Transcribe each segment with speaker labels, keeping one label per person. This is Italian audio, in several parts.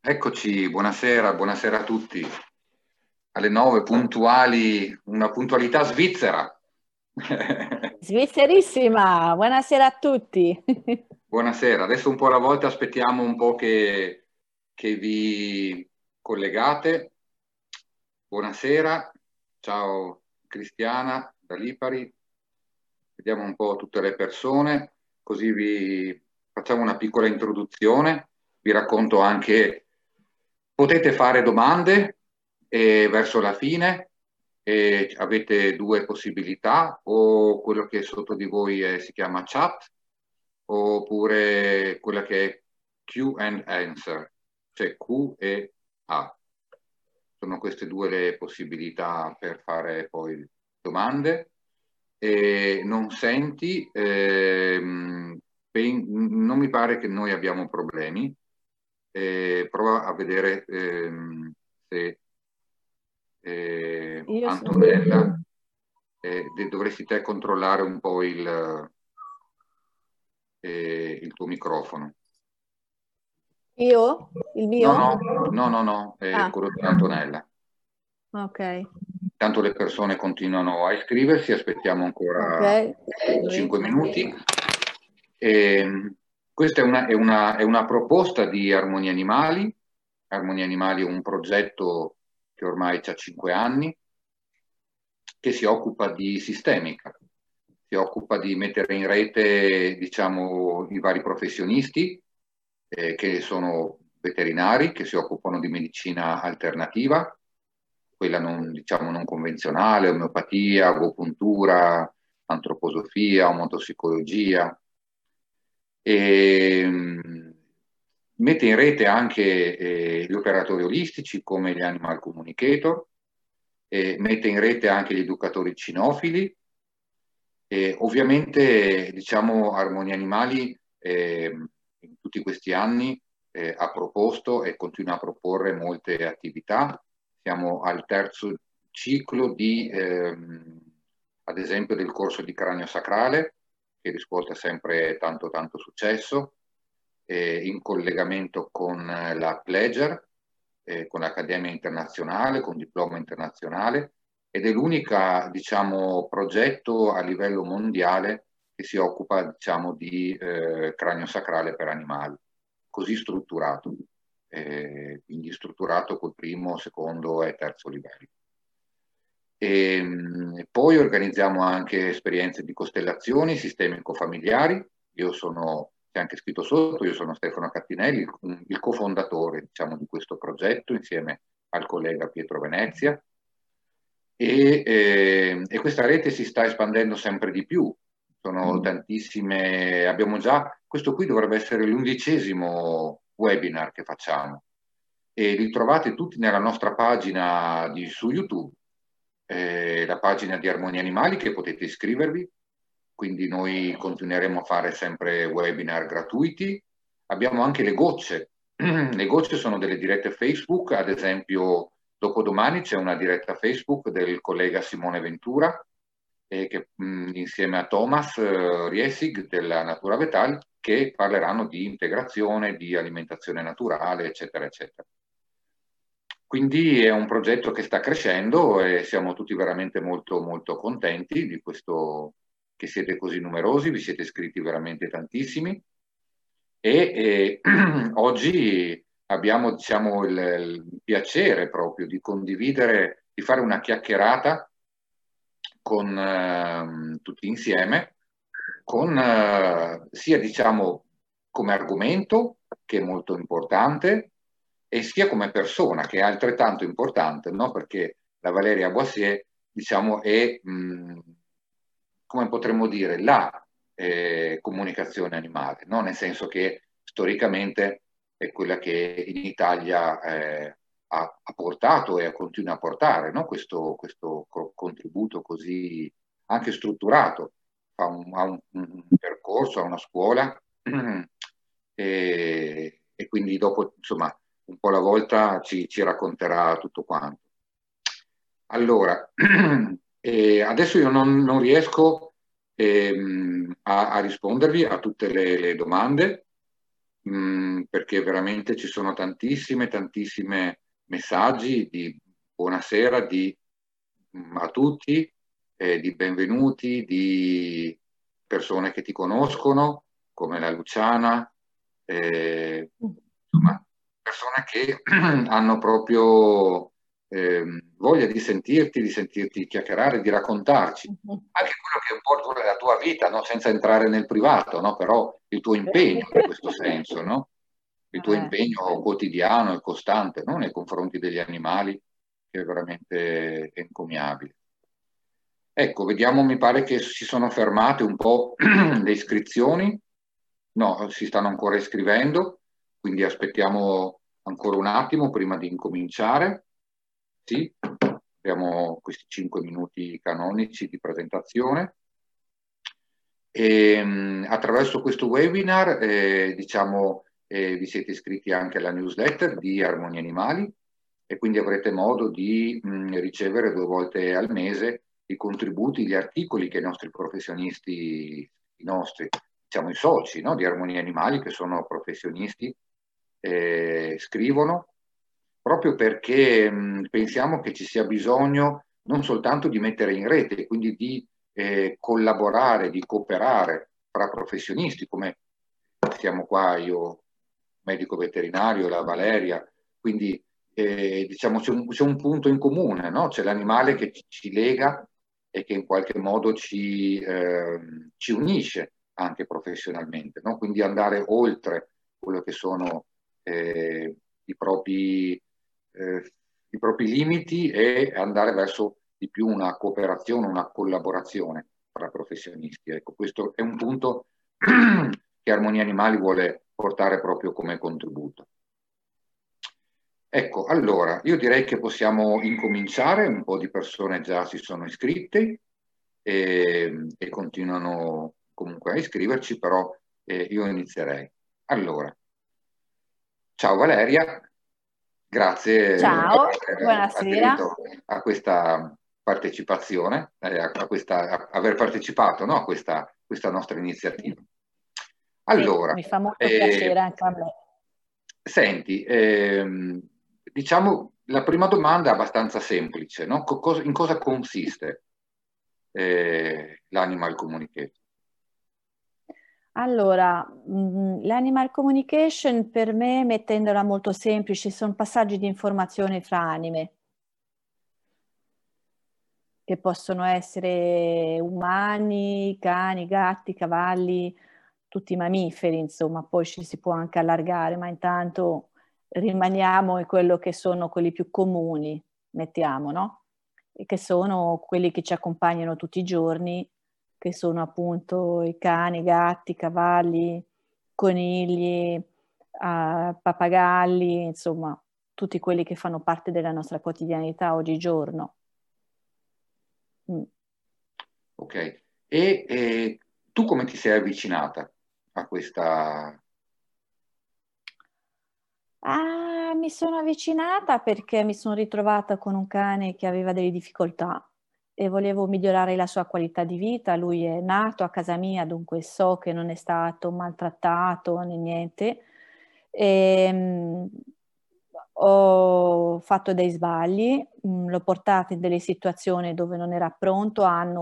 Speaker 1: Eccoci, buonasera, buonasera a tutti. Alle 9 puntuali, una puntualità svizzera.
Speaker 2: Svizzerissima, buonasera a tutti.
Speaker 1: Buonasera, adesso un po' alla volta aspettiamo un po' che vi collegate. Buonasera, ciao Cristiana da Lipari. Vediamo un po' tutte le persone, così vi facciamo una piccola introduzione. Vi racconto anche, potete fare domande verso la fine. Avete due possibilità, o quello che sotto di voi si chiama chat, oppure quella che è Q and Answer, cioè Q e A. Sono queste due le possibilità per fare poi domande. Non senti, non mi pare che noi abbiamo problemi. Prova a vedere se
Speaker 2: Io sono...
Speaker 1: Antonella, dovresti te controllare un po' il tuo microfono.
Speaker 2: Io? Il
Speaker 1: No,
Speaker 2: mio?
Speaker 1: no,
Speaker 2: Ah,
Speaker 1: quello di Antonella.
Speaker 2: ok,
Speaker 1: Tanto le persone continuano a iscriversi, aspettiamo
Speaker 2: ok.
Speaker 1: ancora 5 minuti. Questa è una proposta di Armonia Animali. Armonia Animali è un progetto che ormai ha 5 anni, che si occupa di sistemica, si occupa di mettere in rete, diciamo, i vari professionisti che sono veterinari, che si occupano di medicina alternativa, quella non, diciamo, non convenzionale, omeopatia, agopuntura, antroposofia, omontopsicologia. E mette in rete anche gli operatori olistici come gli animal communicator, mette in rete anche gli educatori cinofili. Ovviamente, diciamo, Armonia Animali in tutti questi anni ha proposto e continua a proporre molte attività. Siamo al terzo ciclo ad esempio, del corso di cranio sacrale, che riscuote sempre tanto successo, in collegamento con la Pleasure, con l'Accademia Internazionale, con diploma internazionale, ed è l'unica, diciamo, progetto a livello mondiale che si occupa, diciamo, di cranio sacrale per animali, così strutturato, quindi strutturato col primo, secondo e terzo livello. Poi organizziamo anche esperienze di costellazioni sistemico-familiari. Io sono, c'è anche scritto sotto, io sono Stefano Cattinelli, il cofondatore, diciamo, di questo progetto insieme al collega Pietro Venezia. E questa rete si sta espandendo sempre di più. Sono tantissime, abbiamo già, questo qui dovrebbe essere l'11° webinar che facciamo. E li trovate tutti nella nostra pagina su YouTube, la pagina di Armonia Animali, che potete iscrivervi, quindi noi continueremo a fare sempre webinar gratuiti. Abbiamo anche le gocce. Le gocce sono delle dirette Facebook, ad esempio dopodomani c'è una diretta Facebook del collega Simone Ventura, che insieme a Thomas Riesig della Natura Vetal, che parleranno di integrazione, di alimentazione naturale, eccetera, eccetera. Quindi è un progetto che sta crescendo e siamo tutti veramente molto contenti di questo, che siete così numerosi, vi siete iscritti veramente tantissimi e oggi abbiamo, diciamo, il piacere proprio di condividere, di fare una chiacchierata con tutti insieme, con sia, diciamo, come argomento, che è molto importante, e sia come persona, che è altrettanto importante, no? Perché la Valeria Boissier, diciamo, è, come potremmo dire, la comunicazione animale, no? Nel senso che storicamente è quella che in Italia ha portato e continua a portare, no? Questo contributo così anche strutturato, ha un percorso, ha una scuola e quindi dopo, insomma, un po' alla volta ci racconterà tutto quanto. Allora, adesso io non riesco a rispondervi a tutte le domande. perché veramente ci sono tantissime messaggi di buonasera a tutti, di benvenuti, di persone che ti conoscono, come la Luciana, insomma, persone che hanno proprio voglia di sentirti chiacchierare, di raccontarci anche quello che è un po' la tua vita, no? Senza entrare nel privato, no? Però il tuo impegno in questo senso, no? Il tuo impegno quotidiano e costante, no? Nei confronti degli animali, che è veramente encomiabile. Ecco, vediamo, mi pare che si sono fermate un po' le iscrizioni. No, si stanno ancora iscrivendo, quindi aspettiamo ancora un attimo prima di incominciare. Sì, abbiamo questi 5 minuti canonici di presentazione. E, attraverso questo webinar, diciamo, vi siete iscritti anche alla newsletter di Armonia Animali e quindi avrete modo di ricevere 2 volte al mese i contributi, gli articoli che i nostri professionisti, diciamo i soci, no, di Armonia Animali, che sono professionisti, scrivono, proprio perché pensiamo che ci sia bisogno non soltanto di mettere in rete, quindi di collaborare, di cooperare fra professionisti, come siamo qua io, medico veterinario, e la Valeria, quindi diciamo c'è un punto in comune, no? C'è l'animale che ci lega e che in qualche modo ci unisce anche professionalmente, no? Quindi andare oltre quello che sono i propri limiti e andare verso di più una cooperazione, una collaborazione tra professionisti. Ecco, questo è un punto che Armonia Animali vuole portare proprio come contributo. Ecco, allora, io direi che possiamo incominciare, un po' di persone già si sono iscritte e continuano comunque a iscriverci, però io inizierei. Allora, ciao Valeria, grazie
Speaker 2: Ciao,
Speaker 1: per aver
Speaker 2: buonasera.
Speaker 1: aderito a questa partecipazione, aver partecipato, no, a questa nostra iniziativa.
Speaker 2: Sì,
Speaker 1: Allora,
Speaker 2: mi fa molto piacere anche a me.
Speaker 1: senti, diciamo, la prima domanda è abbastanza semplice, no? In cosa consiste l'animal communication?
Speaker 2: Allora, l'animal communication per me, mettendola molto semplice, sono passaggi di informazione fra anime, che possono essere umani, cani, gatti, cavalli, tutti i mammiferi, insomma, poi ci si può anche allargare, ma intanto rimaniamo in quello che sono quelli più comuni, mettiamo, no? E che sono quelli che ci accompagnano tutti i giorni, che sono appunto i cani, i gatti, i cavalli, conigli, pappagalli, insomma, tutti quelli che fanno parte della nostra quotidianità oggigiorno.
Speaker 1: Ok, e tu come ti sei avvicinata a questa...
Speaker 2: Mi sono avvicinata perché mi sono ritrovata con un cane che aveva delle difficoltà e volevo migliorare la sua qualità di vita. Lui è nato a casa mia, dunque so che non è stato maltrattato né niente. Ho fatto dei sbagli, l'ho portato in delle situazioni dove non era pronto,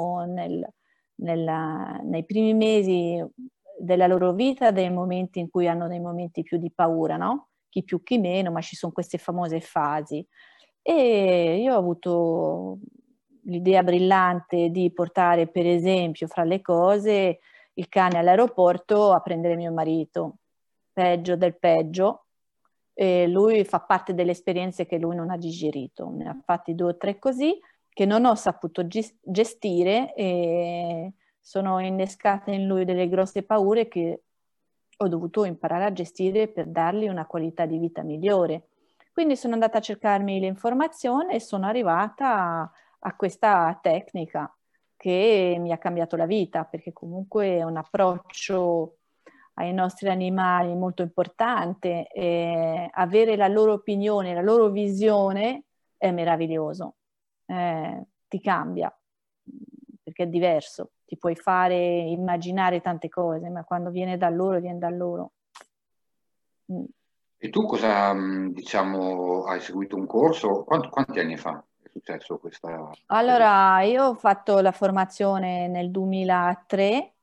Speaker 2: nei primi mesi della loro vita dei momenti in cui hanno dei momenti più di paura, no? Chi più chi meno, ma ci sono queste famose fasi. E io ho avuto l'idea brillante di portare, per esempio, fra le cose, il cane all'aeroporto a prendere mio marito, peggio del peggio. E lui fa parte delle esperienze che lui non ha digerito, ne ha fatti 2 o 3 così, che non ho saputo gestire e sono innescate in lui delle grosse paure che ho dovuto imparare a gestire per dargli una qualità di vita migliore. Quindi sono andata a cercarmi l'informazione e sono arrivata a questa tecnica che mi ha cambiato la vita, perché comunque è un approccio ai nostri animali molto importante e avere la loro opinione, la loro visione è meraviglioso, ti cambia perché è diverso, ti puoi fare immaginare tante cose, ma quando viene da loro, viene da loro. Mm.
Speaker 1: E tu cosa, diciamo, hai seguito un corso? Quanti anni fa è successo questa esperienza?
Speaker 2: Allora, io ho fatto la formazione nel 2003,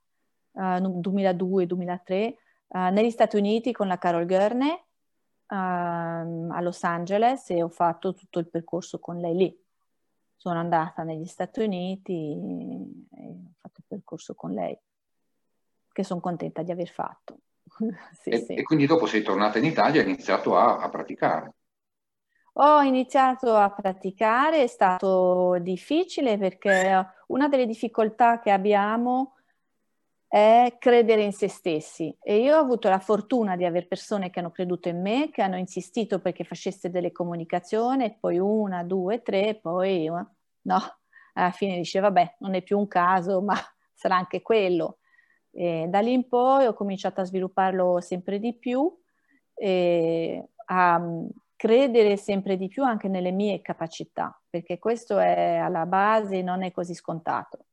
Speaker 2: 2002-2003, negli Stati Uniti con la Carol Gurney, a Los Angeles, e ho fatto tutto il percorso con lei lì. Sono andata negli Stati Uniti e ho fatto il percorso con lei, che sono contenta di aver fatto. Sì,
Speaker 1: E
Speaker 2: sì.
Speaker 1: quindi dopo sei tornata in Italia e hai iniziato a praticare.
Speaker 2: Ho iniziato a praticare, è stato difficile perché una delle difficoltà che abbiamo è credere in se stessi, e io ho avuto la fortuna di avere persone che hanno creduto in me, che hanno insistito perché facesse delle comunicazioni, e poi una, due, tre, poi no, alla fine dice vabbè, non è più un caso, ma sarà anche quello. E da lì in poi ho cominciato a svilupparlo sempre di più e a credere sempre di più anche nelle mie capacità, perché questo è alla base, non è così scontato.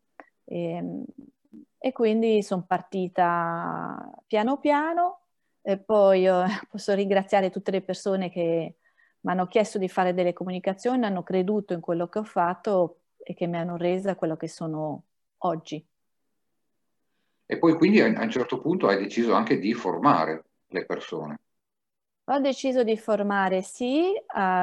Speaker 2: E, e quindi sono partita piano piano, e poi posso ringraziare tutte le persone che mi hanno chiesto di fare delle comunicazioni, hanno creduto in quello che ho fatto e che mi hanno resa quello che sono oggi.
Speaker 1: E poi quindi a un certo punto hai deciso anche di formare le persone.
Speaker 2: Ho deciso di formare, sì,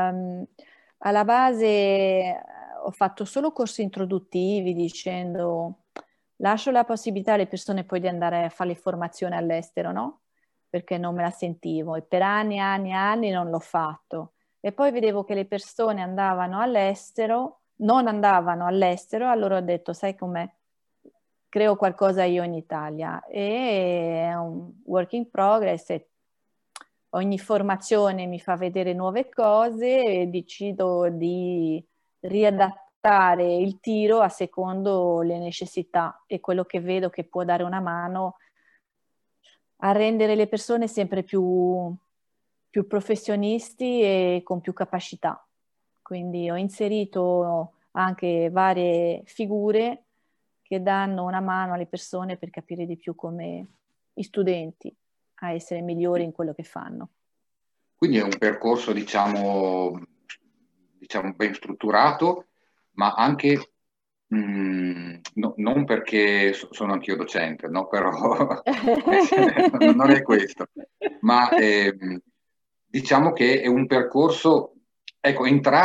Speaker 2: alla base ho fatto solo corsi introduttivi dicendo lascio la possibilità alle persone poi di andare a fare le formazioni all'estero, no? Perché non me la sentivo, e per anni e anni e anni non l'ho fatto. E poi vedevo che le persone andavano all'estero, non andavano all'estero, allora ho detto, sai com'è? Creo qualcosa io in Italia, e è un work in progress, e ogni formazione mi fa vedere nuove cose e decido di riadattare il tiro a secondo le necessità e quello che vedo che può dare una mano a rendere le persone sempre più professionisti e con più capacità. Quindi ho inserito anche varie figure che danno una mano alle persone per capire di più come gli studenti a essere migliori in quello che fanno.
Speaker 1: Quindi è un percorso, diciamo ben strutturato, ma anche, non perché sono anch'io docente, no? Però non è questo, ma diciamo che è un percorso, ecco,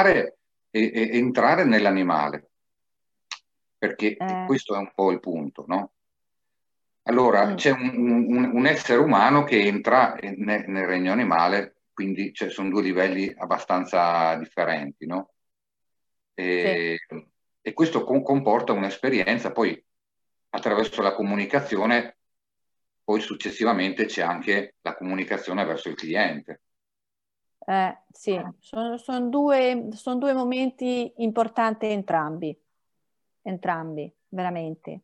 Speaker 1: entrare nell'animale, perché
Speaker 2: Eh,
Speaker 1: questo è un po' il punto, no? Allora,
Speaker 2: mm,
Speaker 1: c'è un essere umano che entra nel regno animale, quindi sono due livelli abbastanza differenti, no?
Speaker 2: sì.
Speaker 1: E, e questo comporta un'esperienza, poi attraverso la comunicazione, poi successivamente c'è anche la comunicazione verso il cliente.
Speaker 2: Sì, son due momenti importanti entrambi, veramente,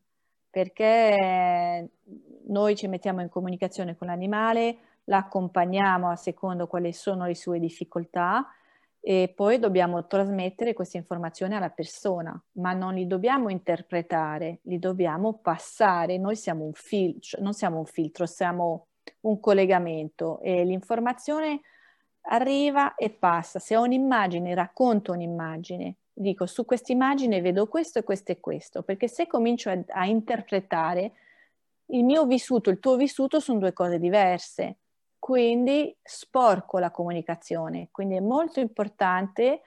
Speaker 2: perché noi ci mettiamo in comunicazione con l'animale, l'accompagniamo a secondo quali sono le sue difficoltà, e poi dobbiamo trasmettere queste informazioni alla persona, ma non li dobbiamo interpretare, li dobbiamo passare. Noi siamo un filtro, non siamo un filtro, siamo un collegamento, e l'informazione arriva e passa. Se ho un'immagine, racconto un'immagine, dico su questa immagine vedo questo e questo e questo, perché se comincio a interpretare, il mio vissuto, il tuo vissuto sono due cose diverse, quindi sporco la comunicazione. Quindi è molto importante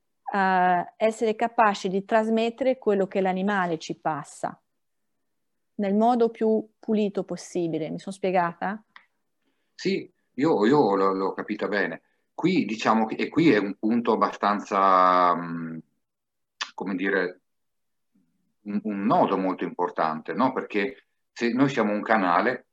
Speaker 2: essere capaci di trasmettere quello che l'animale ci passa nel modo più pulito possibile. Mi sono spiegata?
Speaker 1: Sì, io l'ho capita bene. Qui diciamo che, e qui è un punto abbastanza, come dire, un nodo molto importante, no? Perché se noi siamo un canale,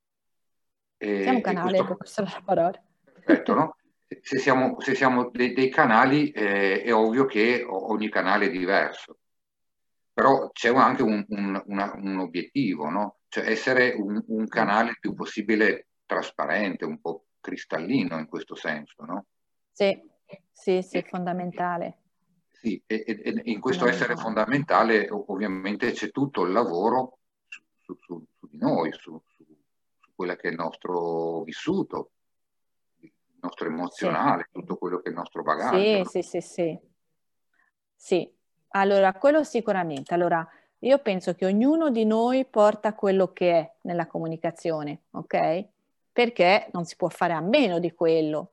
Speaker 2: Siamo un
Speaker 1: e
Speaker 2: canale,
Speaker 1: questo
Speaker 2: per questa è la parola.
Speaker 1: perfetto, no? Se siamo dei canali, è ovvio che ogni canale è diverso, però c'è anche un obiettivo, no? Cioè essere un
Speaker 2: Mm.
Speaker 1: canale il più possibile trasparente, un po' cristallino in questo senso, no?
Speaker 2: Sì, sì,
Speaker 1: E,
Speaker 2: sì, fondamentale,
Speaker 1: sì, e in questo essere
Speaker 2: fondamentale.
Speaker 1: fondamentale ovviamente c'è tutto il lavoro su di noi, su quello che è il nostro vissuto, nostro
Speaker 2: Sì,
Speaker 1: emozionale, tutto quello che è il nostro bagaglio,
Speaker 2: sì,
Speaker 1: no?
Speaker 2: sì, sì, sì. Sì, allora quello sicuramente. Allora, io penso che ognuno di noi porta quello che è nella comunicazione, ok? Perché non si può fare a meno di quello.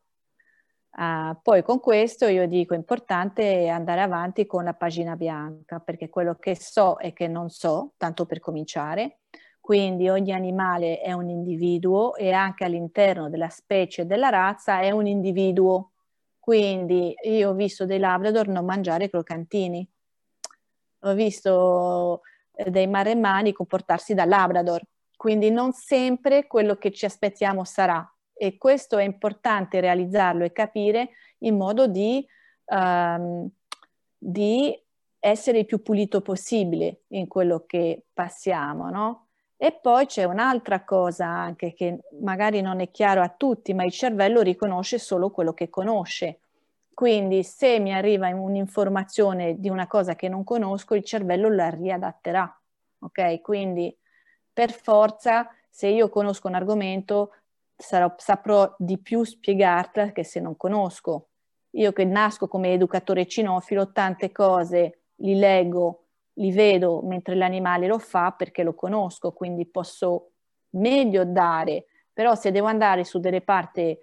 Speaker 2: Poi con questo io dico è importante andare avanti con la pagina bianca, perché quello che so e che non so, tanto per cominciare, quindi ogni animale è un individuo e anche all'interno della specie e della razza è un individuo. Quindi io ho visto dei Labrador non mangiare croccantini, ho visto dei maremmani comportarsi da Labrador, quindi non sempre quello che ci aspettiamo sarà e questo è importante realizzarlo e capire in modo ehm, di essere il più pulito possibile in quello che passiamo, no? E poi c'è un'altra cosa anche che magari non è chiaro a tutti, ma il cervello riconosce solo quello che conosce. Quindi se mi arriva un'informazione di una cosa che non conosco, il cervello la riadatterà. Ok? Quindi per forza, se io conosco un argomento, saprò di più spiegartela che se non conosco. Io che nasco come educatore cinofilo, tante cose li leggo, li vedo mentre l'animale lo fa perché lo conosco, quindi posso meglio dare. Però se devo andare su delle parti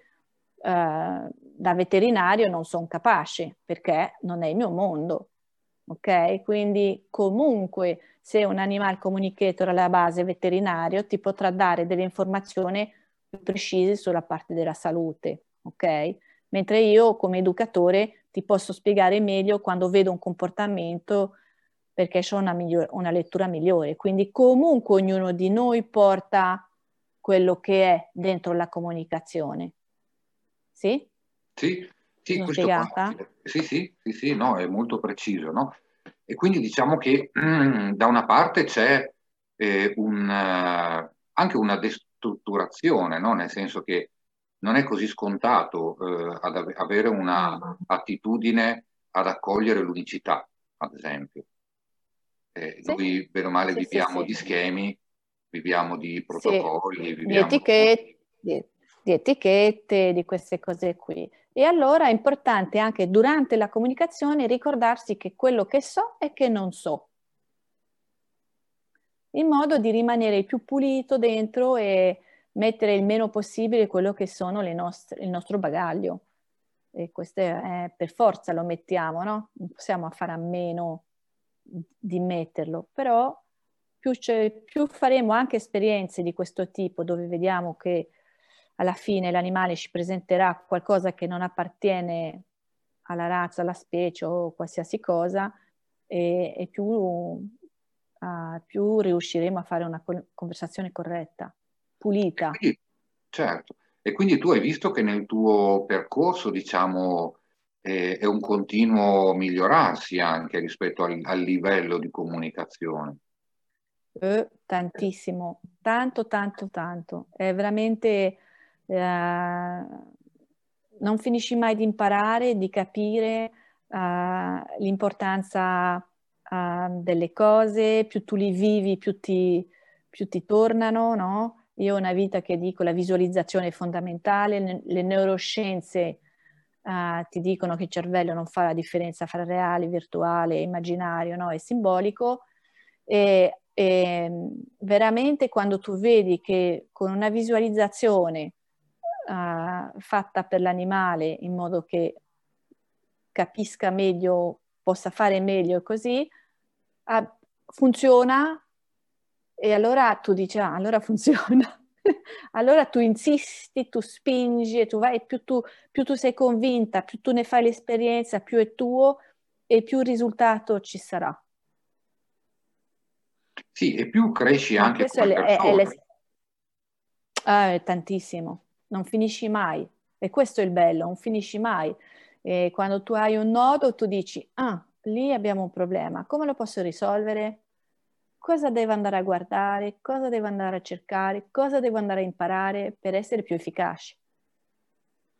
Speaker 2: da veterinario non sono capace perché non è il mio mondo. Ok? Quindi comunque se un animal communicator alla base veterinario ti potrà dare delle informazioni più precise sulla parte della salute, ok? Mentre io come educatore ti posso spiegare meglio quando vedo un comportamento perché ho una lettura migliore. Quindi comunque ognuno di noi porta quello che è dentro la comunicazione. Sì?
Speaker 1: Sì,
Speaker 2: Mi
Speaker 1: sì,
Speaker 2: sono
Speaker 1: questo qua,
Speaker 2: spiegata?
Speaker 1: sì, sì, sì, sì, no, è molto preciso, no? E quindi diciamo che da una parte c'è anche una destrutturazione, no? Nel senso che non è così scontato avere una
Speaker 2: Mm.
Speaker 1: attitudine ad accogliere l'unicità, ad esempio.
Speaker 2: Sì,
Speaker 1: Noi, bene o male,
Speaker 2: sì, sì,
Speaker 1: viviamo
Speaker 2: sì.
Speaker 1: di schemi, viviamo di
Speaker 2: Sì,
Speaker 1: protocolli,
Speaker 2: di
Speaker 1: viviamo di...
Speaker 2: etichette, di etichette, di queste cose qui. E allora è importante anche durante la comunicazione ricordarsi che quello che so e che non so, in modo di rimanere il più pulito dentro e mettere il meno possibile quello che sono il nostro bagaglio. E questo è, per forza lo mettiamo, no? Non possiamo fare a meno di metterlo, però più faremo anche esperienze di questo tipo dove vediamo che alla fine l'animale ci presenterà qualcosa che non appartiene alla razza, alla specie o qualsiasi cosa, e più riusciremo a fare una conversazione corretta,
Speaker 1: E
Speaker 2: pulita.
Speaker 1: quindi, certo, e quindi tu hai visto che nel tuo percorso, diciamo, è un continuo migliorarsi anche rispetto al livello di comunicazione.
Speaker 2: Tantissimo, tanto, tanto, tanto. È veramente, non finisci mai di imparare, di capire, l'importanza, delle cose, più tu li vivi, più ti tornano, no? Io ho una vita che dico la visualizzazione è fondamentale, le neuroscienze, ti dicono che il cervello non fa la differenza fra reale, virtuale, immaginario, no? È simbolico e veramente quando tu vedi che con una visualizzazione fatta per l'animale in modo che capisca meglio, possa fare meglio e così, funziona e allora tu dici, ah, allora funziona. Allora tu insisti, tu spingi e tu vai, e più tu sei convinta, più tu ne fai l'esperienza, più è tuo e più risultato ci sarà.
Speaker 1: Sì, e più cresci
Speaker 2: E
Speaker 1: anche
Speaker 2: questo
Speaker 1: come
Speaker 2: è
Speaker 1: persona.
Speaker 2: è tantissimo, non finisci mai. E questo è il bello, non finisci mai. E quando tu hai un nodo, tu dici, ah, lì abbiamo un problema, come lo posso risolvere? Cosa devo andare a guardare? Cosa devo andare a cercare? Cosa devo andare a imparare per essere più efficaci?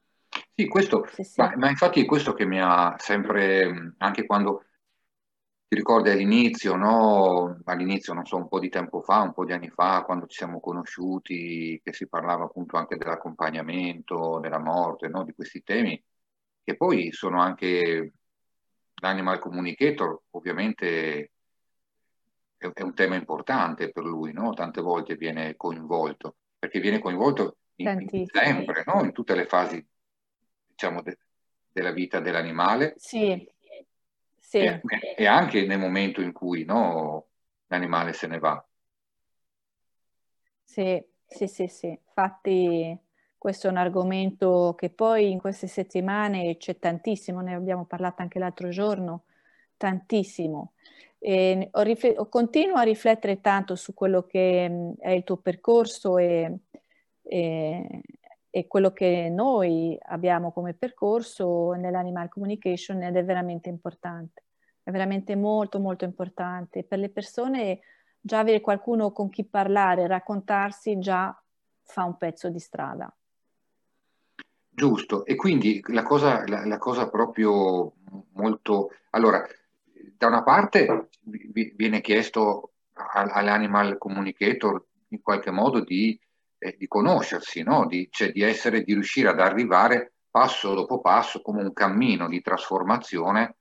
Speaker 1: Sì, questo,
Speaker 2: Sì,
Speaker 1: ma,
Speaker 2: sì.
Speaker 1: ma infatti è questo che mi ha sempre, anche quando Ti ricordi all'inizio, no? All'inizio, non so, un po' di tempo fa, un po' di anni fa, quando ci siamo conosciuti, che si parlava appunto anche dell'accompagnamento, della morte, no? Di questi temi, che poi sono anche l'animal communicator, ovviamente è un tema importante per lui, no? Tante volte viene coinvolto, perché viene coinvolto
Speaker 2: tantissimo.
Speaker 1: sempre, no? In tutte le fasi, diciamo, della vita dell'animale
Speaker 2: Sì, sì.
Speaker 1: e anche nel momento in cui, no, l'animale se ne va.
Speaker 2: Sì, sì, sì, sì. Infatti questo è un argomento che poi in queste settimane c'è tantissimo, ne abbiamo parlato anche l'altro giorno, tantissimo. E continuo a riflettere tanto su quello che è il tuo percorso e- e quello che noi abbiamo come percorso nell'animal communication ed è veramente importante. È veramente molto, molto importante. Per le persone già avere qualcuno con chi parlare, raccontarsi già fa un pezzo di strada.
Speaker 1: Giusto, e quindi la cosa proprio molto... Allora, da una parte viene chiesto all'animal communicator in qualche modo di conoscersi, no? Cioè di riuscire ad arrivare passo dopo passo come un cammino di trasformazione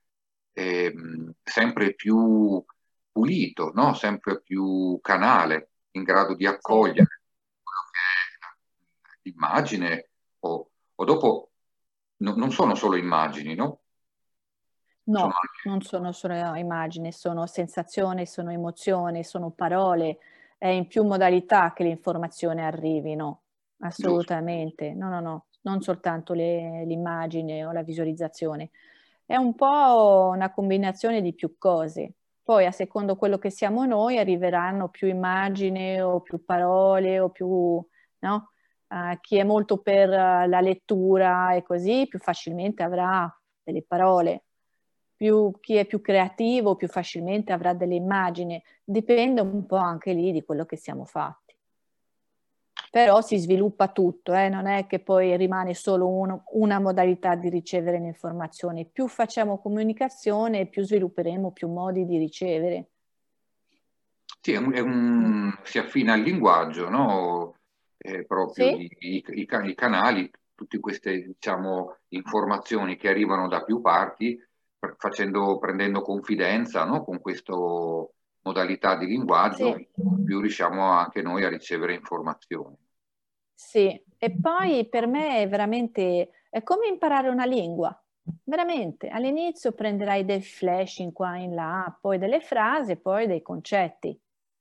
Speaker 1: sempre più pulito, no? Sempre più canale, in grado di
Speaker 2: Sì.
Speaker 1: accogliere quello che è l'immagine o dopo non sono solo immagini, no? Sono
Speaker 2: No,
Speaker 1: anche
Speaker 2: non sono solo immagini, sono sensazioni, sono emozioni, sono parole, è in più modalità che le informazioni arrivino,
Speaker 1: giusto.
Speaker 2: assolutamente. No, no, no, non soltanto l'immagine o la visualizzazione. È un po' una combinazione di più cose. Poi, a secondo quello che siamo noi, arriveranno più immagini o più parole o più, no? Chi è molto per la lettura e così, più facilmente avrà delle parole. Chi è più creativo, più facilmente avrà delle immagini. Dipende un po' anche lì di quello che siamo fatti. Però si sviluppa tutto, non è che poi rimane solo una modalità di ricevere le informazioni. Più facciamo comunicazione, più svilupperemo più modi di ricevere.
Speaker 1: Sì,
Speaker 2: Mm.
Speaker 1: si affina al linguaggio, no? Proprio
Speaker 2: Sì,
Speaker 1: i canali, tutte queste, diciamo, informazioni che arrivano da più parti, prendendo confidenza, no? Con questa modalità di linguaggio,
Speaker 2: sì,
Speaker 1: più riusciamo anche noi a ricevere informazioni.
Speaker 2: sì. E poi per me è veramente, è come imparare una lingua. Veramente, all'inizio prenderai del flash in qua e in là, poi delle frasi, poi dei concetti.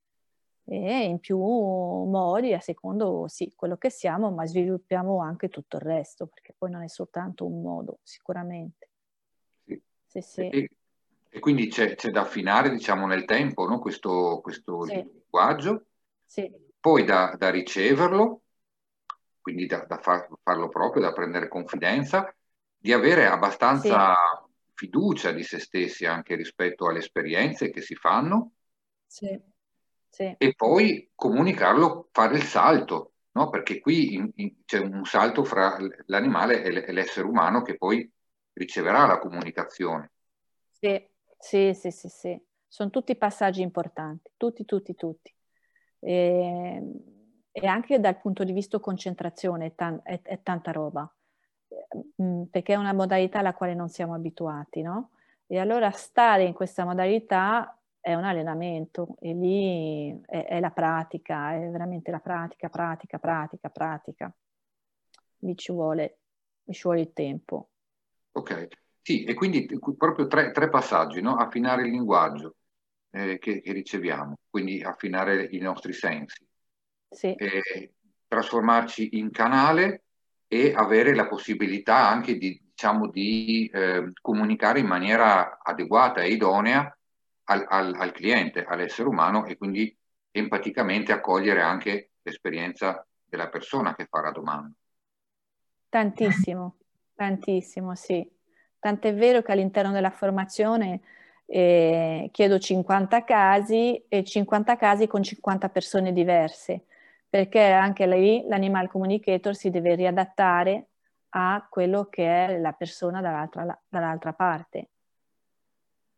Speaker 2: E in più modi, a secondo sì, quello che siamo, ma sviluppiamo anche tutto il resto, perché poi non è soltanto un modo, sicuramente.
Speaker 1: Sì.
Speaker 2: Sì,
Speaker 1: E,
Speaker 2: sì,
Speaker 1: e- e quindi c'è da affinare, diciamo, nel tempo, no? Questo
Speaker 2: sì,
Speaker 1: linguaggio,
Speaker 2: sì,
Speaker 1: poi da riceverlo, quindi farlo proprio, da prendere confidenza, di avere
Speaker 2: sì,
Speaker 1: abbastanza fiducia di se stessi anche rispetto alle esperienze che si fanno
Speaker 2: sì, sì,
Speaker 1: e poi comunicarlo, fare il salto, no? Perché qui c'è un salto fra l'animale e l'essere umano che poi riceverà la comunicazione.
Speaker 2: sì, sì, sì, sì, sì. Sono tutti passaggi importanti, tutti, tutti, tutti. E, e anche dal punto di vista concentrazione è tanta roba. Perché è una modalità alla quale non siamo abituati, no? E allora stare in questa modalità è un allenamento e lì è la pratica, è veramente la pratica, pratica, pratica, pratica. Lì ci vuole il tempo.
Speaker 1: Ok, sì, e quindi proprio tre passaggi, no? Affinare il linguaggio che riceviamo, quindi affinare i nostri sensi,
Speaker 2: Sì,
Speaker 1: trasformarci in canale e avere la possibilità anche diciamo, di comunicare in maniera adeguata e idonea al cliente, all'essere umano e quindi empaticamente accogliere anche l'esperienza della persona che fa la domanda.
Speaker 2: tantissimo, tantissimo, sì. Tant'è vero che all'interno della formazione chiedo 50 casi e 50 casi con 50 persone diverse, perché anche lì l'animal communicator si deve riadattare a quello che è la persona dall'altra parte.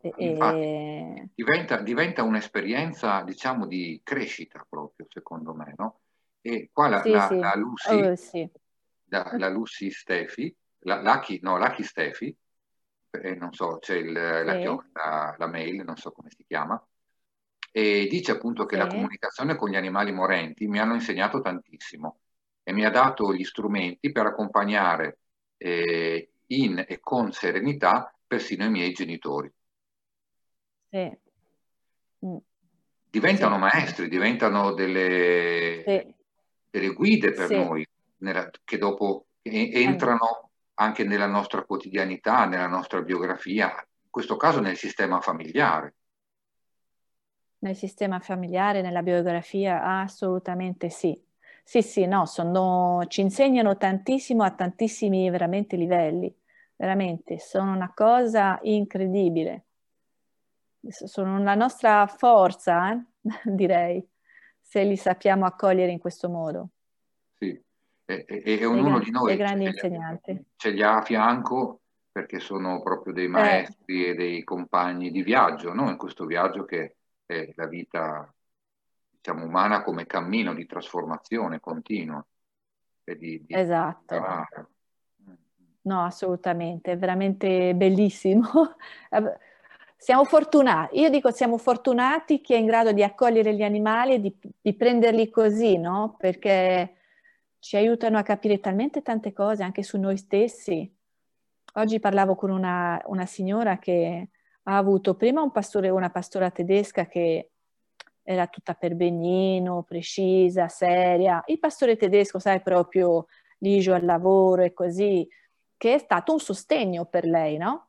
Speaker 1: Infatti, diventa un'esperienza, diciamo, di crescita proprio, secondo me, no? E qua
Speaker 2: sì, sì, sì.
Speaker 1: la Lucy Steffi, Lucky Steffi, non so, c'è
Speaker 2: Sì,
Speaker 1: la mail, non so come si chiama, e dice appunto che la
Speaker 2: sì,
Speaker 1: comunicazione con gli animali morenti mi hanno insegnato tantissimo e mi ha dato gli strumenti per accompagnare in e con serenità persino i miei genitori.
Speaker 2: sì, mm,
Speaker 1: Diventano
Speaker 2: sì,
Speaker 1: maestri, diventano
Speaker 2: sì,
Speaker 1: delle guide per
Speaker 2: sì.
Speaker 1: noi, che dopo entrano anche nella nostra quotidianità, nella nostra biografia, in questo caso nel sistema familiare.
Speaker 2: Nel sistema familiare, nella biografia, assolutamente sì. Sì, sì, no, ci insegnano tantissimo a tantissimi veramente livelli, veramente, sono una cosa incredibile. Sono la nostra forza, direi, se li sappiamo accogliere in questo modo,
Speaker 1: Sì. E ognuno di
Speaker 2: dei
Speaker 1: noi
Speaker 2: grandi insegnanti.
Speaker 1: ce li ha a fianco perché sono proprio dei
Speaker 2: Eh,
Speaker 1: maestri e dei compagni di viaggio, no? In questo viaggio che è la vita, diciamo, umana come cammino di trasformazione continua e di
Speaker 2: esatto.
Speaker 1: imparare.
Speaker 2: No, assolutamente, è veramente bellissimo. Siamo fortunati, io dico siamo fortunati chi è in grado di accogliere gli animali e di prenderli così, no? Perché ci aiutano a capire talmente tante cose anche su noi stessi. Oggi parlavo con una signora che ha avuto prima una pastora tedesca che era tutta per benino, precisa, seria. Il pastore tedesco, sai, proprio ligio al lavoro e così, che è stato un sostegno per lei, no?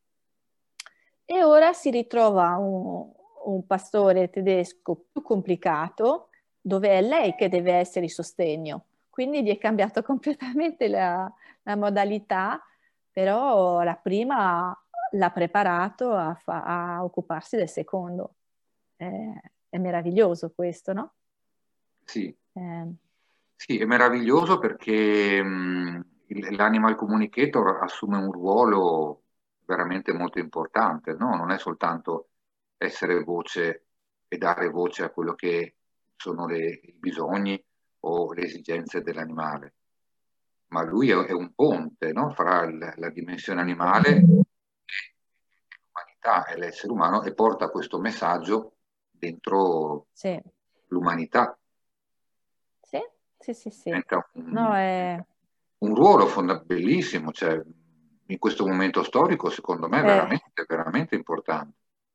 Speaker 2: E ora si ritrova un pastore tedesco più complicato, dove è lei che deve essere il sostegno. Quindi gli è cambiato completamente la modalità, però la prima l'ha preparato a occuparsi del secondo. È meraviglioso questo, no?
Speaker 1: Sì,
Speaker 2: Eh,
Speaker 1: sì, è meraviglioso perché l'animal communicator assume un ruolo veramente molto importante, no? Non è soltanto essere voce e dare voce a quello che sono i bisogni o le esigenze dell'animale, ma lui è un ponte, no? Fra la dimensione animale e l'umanità e l'essere umano e porta questo messaggio dentro
Speaker 2: sì,
Speaker 1: l'umanità.
Speaker 2: sì, sì, sì, sì.
Speaker 1: Diventa
Speaker 2: No, è,
Speaker 1: un ruolo bellissimo, cioè, in questo momento storico, secondo me, è
Speaker 2: è
Speaker 1: veramente, veramente importante.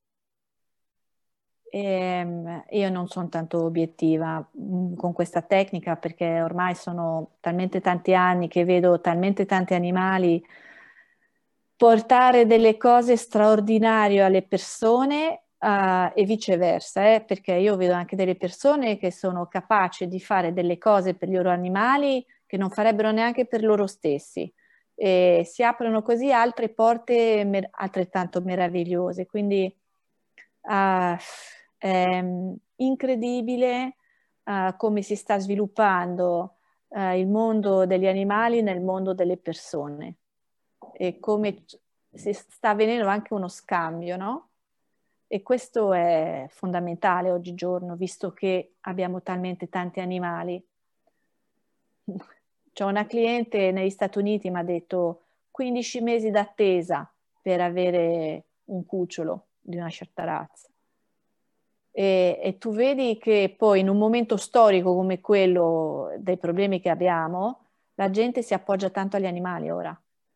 Speaker 2: Io non sono tanto obiettiva con questa tecnica perché ormai sono talmente tanti anni che vedo talmente tanti animali portare delle cose straordinarie alle persone, e viceversa, perché io vedo anche delle persone che sono capaci di fare delle cose per i loro animali che non farebbero neanche per loro stessi. E si aprono così altre porte altrettanto meravigliose. Quindi ah, è incredibile come si sta sviluppando il mondo degli animali nel mondo delle persone e come si sta avvenendo anche uno scambio, no? E questo è fondamentale oggigiorno, visto che abbiamo talmente tanti animali. C'è una cliente negli Stati Uniti mi ha detto 15 mesi d'attesa per avere un cucciolo di una certa razza. E tu vedi che poi in un momento storico come quello dei problemi che abbiamo, la gente si appoggia tanto agli animali ora.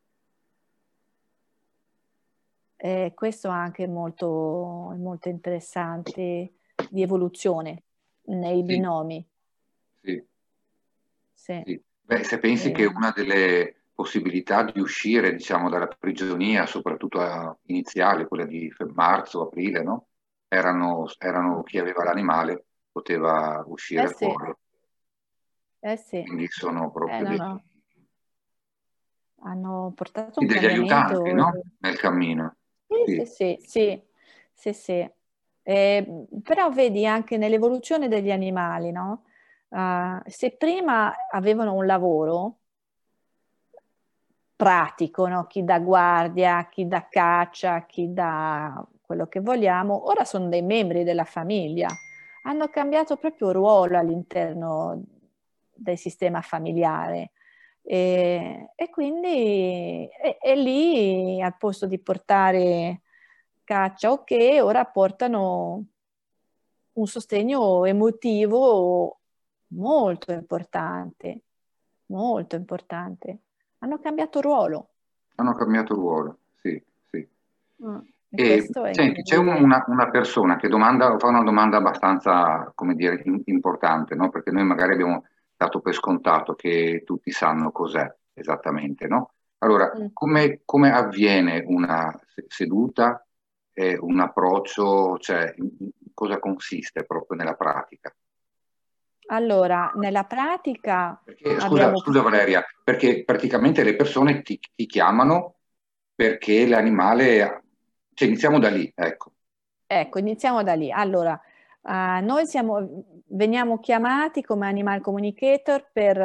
Speaker 2: E questo è anche molto interessante di evoluzione nei
Speaker 1: Sì,
Speaker 2: binomi.
Speaker 1: sì,
Speaker 2: Sì.
Speaker 1: sì. Beh, se pensi che una delle possibilità di uscire, diciamo, dalla prigionia, soprattutto iniziale, quella di marzo, aprile, no? Erano chi aveva l'animale poteva
Speaker 2: Eh
Speaker 1: uscire
Speaker 2: sì,
Speaker 1: fuori.
Speaker 2: eh sì.
Speaker 1: Quindi sono proprio
Speaker 2: No, no. Hanno portato un
Speaker 1: degli aiutanti,
Speaker 2: cambiamento.
Speaker 1: no? Nel cammino.
Speaker 2: Sì,
Speaker 1: Sì,
Speaker 2: sì, sì, sì, sì, sì. Però vedi anche nell'evoluzione degli animali, no? Se prima avevano un lavoro pratico, no? Chi dà guardia, chi dà caccia, chi dà quello che vogliamo, ora sono dei membri della famiglia, hanno cambiato proprio ruolo all'interno del sistema familiare. E quindi lì al posto di portare caccia o che, ora portano un sostegno emotivo molto importante, molto importante. Hanno cambiato ruolo.
Speaker 1: Hanno cambiato ruolo, sì, sì.
Speaker 2: E
Speaker 1: E
Speaker 2: questo è
Speaker 1: senti, c'è
Speaker 2: incredibile.
Speaker 1: una persona che fa una domanda abbastanza, come dire, importante, no? Perché noi magari abbiamo dato per scontato che tutti sanno cos'è esattamente, no? Allora,
Speaker 2: Mm.
Speaker 1: come avviene una seduta, un approccio, cioè in cosa consiste proprio nella pratica?
Speaker 2: Allora, nella pratica
Speaker 1: Perché,
Speaker 2: abbiamo...
Speaker 1: scusa Valeria, perché praticamente le persone ti chiamano perché l'animale, cioè iniziamo da lì, ecco.
Speaker 2: Ecco, iniziamo da lì. Allora, noi veniamo chiamati come animal communicator per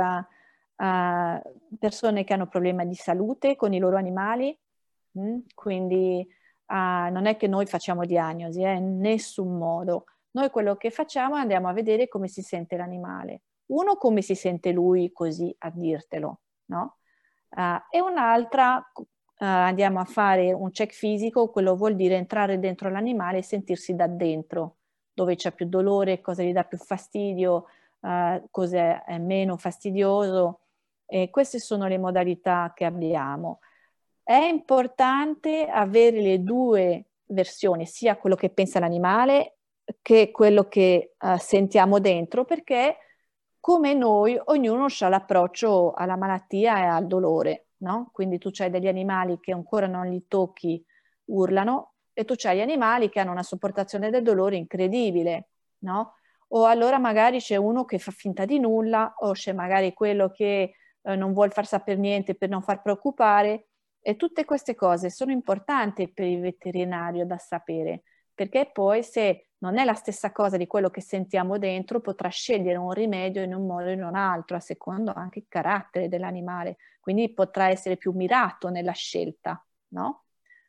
Speaker 2: persone che hanno problemi di salute con i loro animali. Quindi non è che noi facciamo diagnosi, in nessun modo. Noi quello che facciamo è andiamo a vedere come si sente l'animale. Uno, come si sente lui così a dirtelo, no? E un'altra, andiamo a fare un check fisico, quello vuol dire entrare dentro l'animale e sentirsi da dentro, dove c'è più dolore, cosa gli dà più fastidio, cosa è meno fastidioso. E queste sono le modalità che abbiamo. È importante avere le due versioni, sia quello che pensa l'animale che quello che sentiamo dentro, perché come noi, ognuno ha l'approccio alla malattia e al dolore, no? Quindi tu c'hai degli animali che ancora non li tocchi, urlano, e tu c'hai gli animali che hanno una sopportazione del dolore incredibile, no? O allora magari c'è uno che fa finta di nulla, o c'è magari quello che non vuol far sapere niente per non far preoccupare, e tutte queste cose sono importanti per il veterinario da sapere, perché poi se non è la stessa cosa di quello che sentiamo dentro, potrà scegliere un rimedio in un modo o in un altro, a secondo anche il carattere dell'animale, quindi potrà essere più mirato nella scelta, no?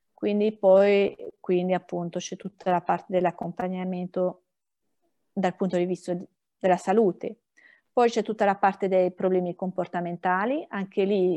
Speaker 2: Quindi appunto c'è tutta la parte dell'accompagnamento dal punto di vista della salute. Poi c'è tutta la parte dei problemi comportamentali, anche lì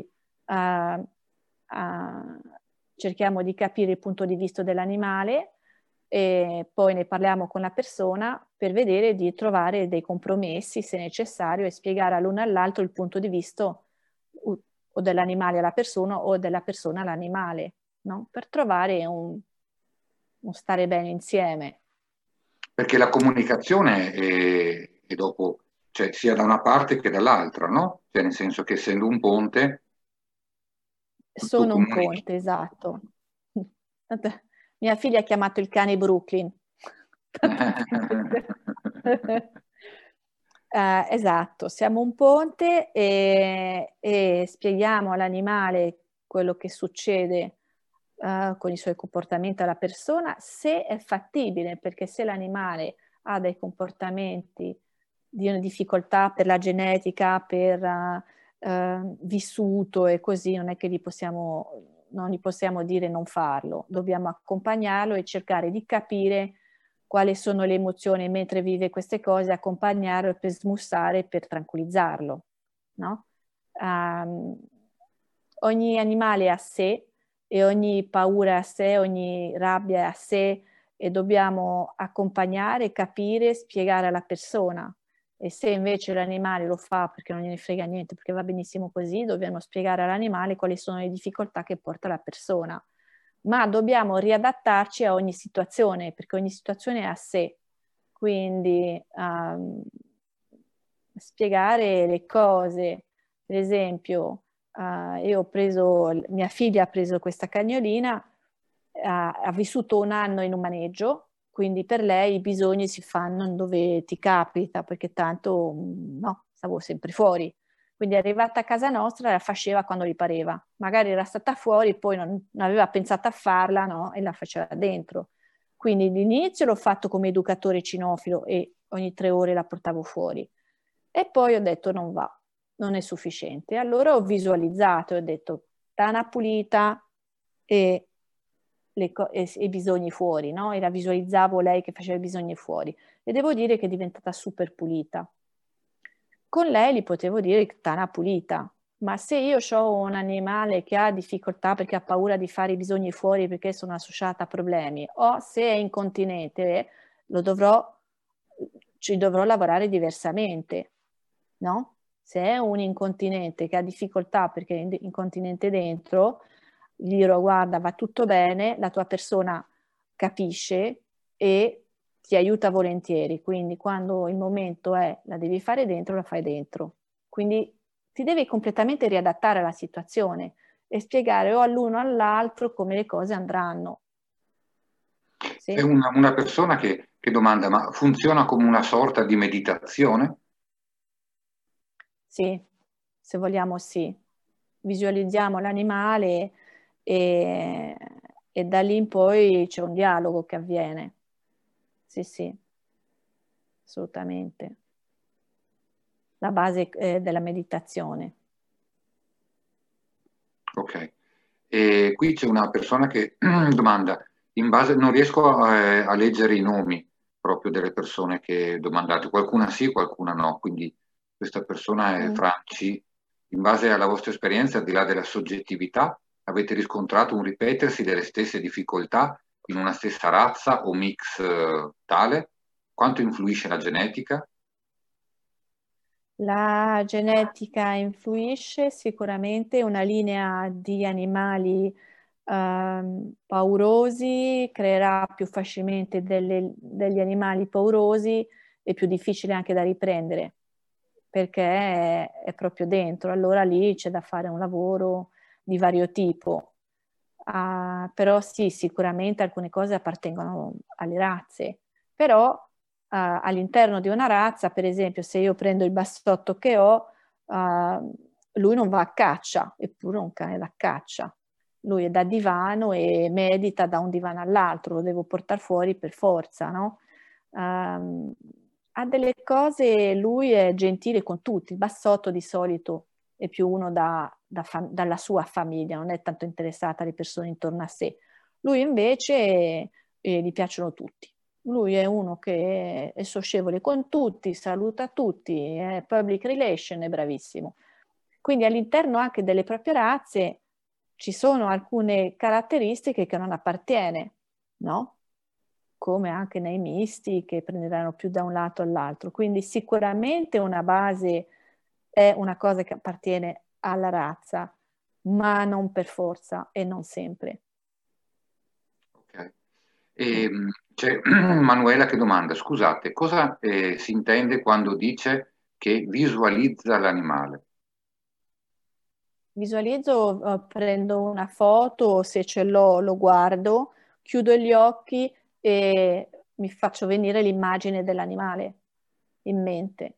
Speaker 2: cerchiamo di capire il punto di vista dell'animale e poi ne parliamo con la persona per vedere di trovare dei compromessi se necessario e spiegare all'uno e all'altro il punto di vista o dell'animale alla persona o della persona all'animale, no? Per trovare un stare bene insieme.
Speaker 1: Perché la comunicazione è dopo, cioè sia da una parte che dall'altra, no? Cioè nel senso che essendo un ponte, tu
Speaker 2: Sono un
Speaker 1: comunichi.
Speaker 2: ponte, esatto. Mia figlia ha chiamato il cane Brooklyn. Esatto, siamo un ponte e spieghiamo all'animale quello che succede con i suoi comportamenti alla persona, se è fattibile, perché se l'animale ha dei comportamenti di una difficoltà per la genetica, per vissuto e così, non è che non gli possiamo dire non farlo, dobbiamo accompagnarlo e cercare di capire quali sono le emozioni mentre vive queste cose, accompagnarlo per smussare, per tranquillizzarlo, no? Ogni animale è a sé e ogni paura è a sé, ogni rabbia è a sé e dobbiamo accompagnare, capire, spiegare alla persona. E se invece l'animale lo fa perché non gliene frega niente, perché va benissimo così, dobbiamo spiegare all'animale quali sono le difficoltà che porta la persona. Ma dobbiamo riadattarci a ogni situazione, perché ogni situazione è a sé. Quindi spiegare le cose, per esempio, mia figlia ha preso questa cagnolina, ha vissuto un anno in un maneggio, quindi per lei i bisogni si fanno dove ti capita, perché tanto no, stavo sempre fuori. Quindi è arrivata a casa nostra e la faceva quando gli pareva. Magari era stata fuori, poi non aveva pensato a farla, no? E la faceva dentro. Quindi l'inizio l'ho fatto come educatore cinofilo e ogni 3 ore la portavo fuori. E poi ho detto non va, non è sufficiente. Allora ho visualizzato e ho detto tana pulita e i bisogni fuori, no? E la visualizzavo lei che faceva i bisogni fuori. E devo dire che è diventata super pulita. Con lei gli potevo dire che tana pulita, ma se io ho un animale che ha difficoltà perché ha paura di fare i bisogni fuori perché sono associata a problemi, o se è incontinente, ci dovrò lavorare diversamente, no? Se è un incontinente che ha difficoltà perché è incontinente dentro, gli dirò guarda, va tutto bene, la tua persona capisce e ti aiuta volentieri, quindi quando il momento è la devi fare dentro, la fai dentro. Quindi ti devi completamente riadattare alla situazione e spiegare o all'uno o all'altro come le cose andranno.
Speaker 1: C'è
Speaker 2: Sì?
Speaker 1: una persona che domanda, ma funziona come una sorta di meditazione?
Speaker 2: Sì, se vogliamo sì. Visualizziamo l'animale e da lì in poi c'è un dialogo che avviene. Sì, sì, assolutamente. La base della meditazione.
Speaker 1: Ok. E qui c'è una persona che domanda, in base, non riesco a leggere i nomi proprio delle persone che domandate, qualcuna sì, qualcuna no, quindi questa persona è
Speaker 2: Mm.
Speaker 1: Franci. In base alla vostra esperienza, al di là della soggettività, avete riscontrato un ripetersi delle stesse difficoltà in una stessa razza o mix tale? Quanto influisce la genetica?
Speaker 2: La genetica influisce sicuramente, una linea di animali paurosi creerà più facilmente degli animali paurosi e più difficile anche da riprendere perché è proprio dentro. Allora lì c'è da fare un lavoro di vario tipo. Però sì, sicuramente alcune cose appartengono alle razze, però all'interno di una razza, per esempio, se io prendo il bassotto che ho, lui non va a caccia, eppure è un cane da caccia. Lui è da divano e medita da un divano all'altro, lo devo portare fuori per forza, no? Ha delle cose, lui è gentile con tutti, il bassotto di solito è più uno dalla sua famiglia, non è tanto interessata alle persone intorno a sé. Lui invece gli piacciono tutti. Lui è uno che è socievole con tutti, saluta tutti, è public relation, è bravissimo. Quindi all'interno anche delle proprie razze ci sono alcune caratteristiche che non appartiene, no? Come anche nei misti che prenderanno più da un lato all'altro. Quindi sicuramente una base è una cosa che appartiene alla razza, ma non per forza e non sempre.
Speaker 1: Ok. C'è Manuela che domanda, scusate, cosa si intende quando dice che visualizza l'animale?
Speaker 2: Visualizzo, prendo una foto, se ce l'ho lo guardo, chiudo gli occhi e mi faccio venire l'immagine dell'animale in mente.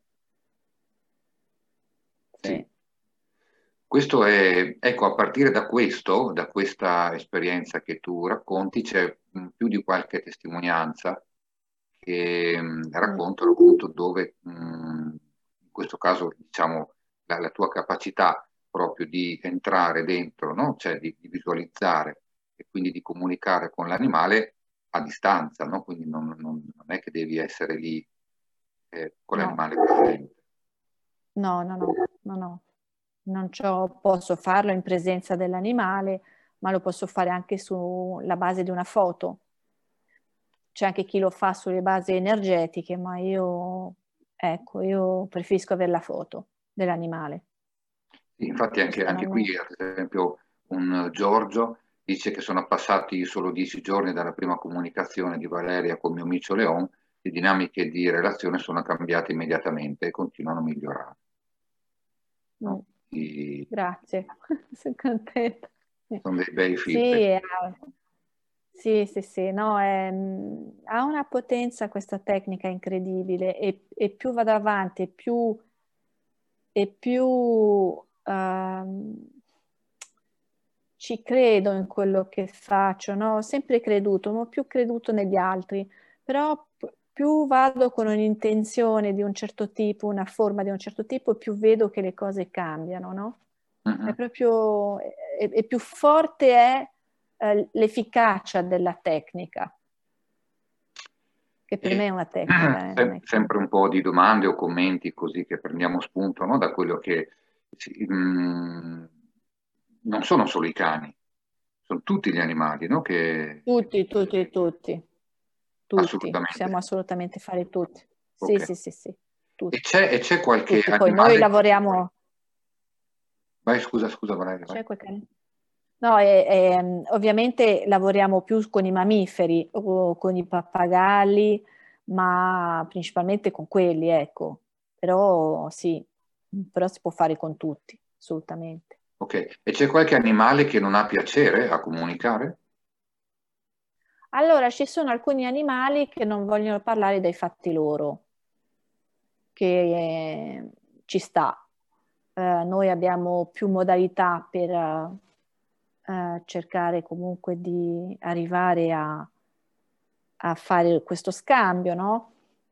Speaker 1: Sì.
Speaker 2: Sì.
Speaker 1: Questo è, ecco, a partire da questo, da questa esperienza che tu racconti, c'è più di qualche testimonianza che
Speaker 2: Mm.
Speaker 1: raccontano appunto dove, in questo caso, diciamo, la tua capacità proprio di entrare dentro, no? Cioè di visualizzare e quindi di comunicare con l'animale a distanza, no? Quindi non è che devi essere lì con
Speaker 2: No,
Speaker 1: l'animale presente.
Speaker 2: no, no, no, no, no. Non posso farlo in presenza dell'animale, ma lo posso fare anche sulla base di una foto. C'è anche chi lo fa sulle basi energetiche, ma ecco, io preferisco avere la foto dell'animale.
Speaker 1: Sì, infatti
Speaker 2: Questa
Speaker 1: anche
Speaker 2: non è...
Speaker 1: qui, ad esempio, un Giorgio dice che sono passati solo 10 giorni dalla prima comunicazione di Valeria con mio amico Leon, le dinamiche di relazione sono cambiate immediatamente e continuano a migliorare.
Speaker 2: Mm,
Speaker 1: No?
Speaker 2: grazie, sono contenta.
Speaker 1: Sono dei bei
Speaker 2: Sì,
Speaker 1: feedback.
Speaker 2: sì, sì, sì, no, ha una potenza questa tecnica incredibile e più vado avanti e più ci credo in quello che faccio, no? Ho sempre creduto, ma ho più creduto negli altri, però più vado con un'intenzione di un certo tipo, una forma di un certo tipo, più vedo che le cose cambiano, no? È
Speaker 1: Mhm.
Speaker 2: proprio, e più forte è l'efficacia della tecnica, che per me è una tecnica.
Speaker 1: Sempre un po' di domande o commenti così che prendiamo spunto, no, da quello che non sono solo i cani, sono tutti gli animali, no, che
Speaker 2: Tutti.
Speaker 1: assolutamente.
Speaker 2: Possiamo assolutamente fare tutti. Sì,
Speaker 1: Ok.
Speaker 2: sì, sì, sì,
Speaker 1: E
Speaker 2: tutti.
Speaker 1: c'è qualche
Speaker 2: Tutti. Poi noi
Speaker 1: animale?
Speaker 2: lavoriamo...
Speaker 1: Vai, scusa, Valeria, vai.
Speaker 2: C'è qualche... No, ovviamente lavoriamo più con i mammiferi o con i pappagalli, ma principalmente con quelli, ecco. Però sì, però si può fare con tutti, assolutamente.
Speaker 1: Ok. E c'è qualche animale che non ha piacere a comunicare?
Speaker 2: Allora, ci sono alcuni animali che non vogliono parlare dai fatti loro, che ci sta. Noi abbiamo più modalità per cercare comunque di arrivare a fare questo scambio, no?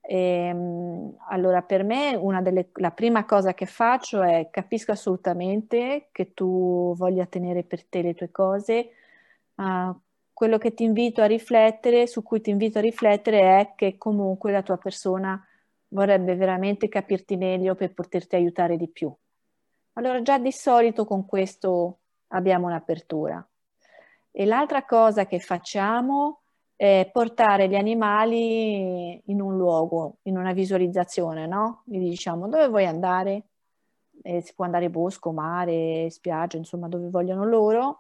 Speaker 2: Allora, per me la prima cosa che faccio è capisco assolutamente che tu voglia tenere per te le tue cose. Quello che ti invito a riflettere, su cui ti invito a riflettere è che comunque la tua persona vorrebbe veramente capirti meglio per poterti aiutare di più. Allora già di solito con questo abbiamo un'apertura. E l'altra cosa che facciamo è portare gli animali in un luogo, in una visualizzazione, no? Gli diciamo dove vuoi andare? Si può andare bosco, mare, spiaggia, insomma dove vogliono loro.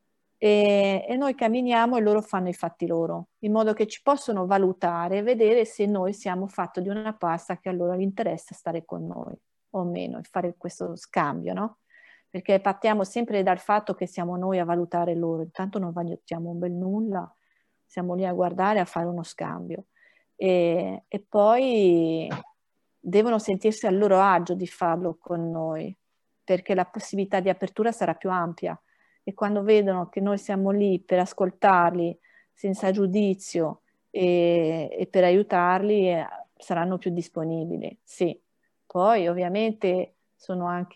Speaker 2: E noi camminiamo e loro fanno i fatti loro, in modo che ci possono valutare e vedere se noi siamo fatto di una pasta che a loro gli interessa stare con noi o meno e fare questo scambio, no? Perché partiamo sempre dal fatto che siamo noi a valutare loro, intanto non valutiamo un bel nulla, siamo lì a guardare, a fare uno scambio. E poi devono sentirsi a loro agio di farlo con noi, perché la possibilità di apertura sarà più ampia. E quando vedono che noi siamo lì per ascoltarli senza giudizio e per aiutarli, saranno più disponibili. Sì. Poi ovviamente sono anche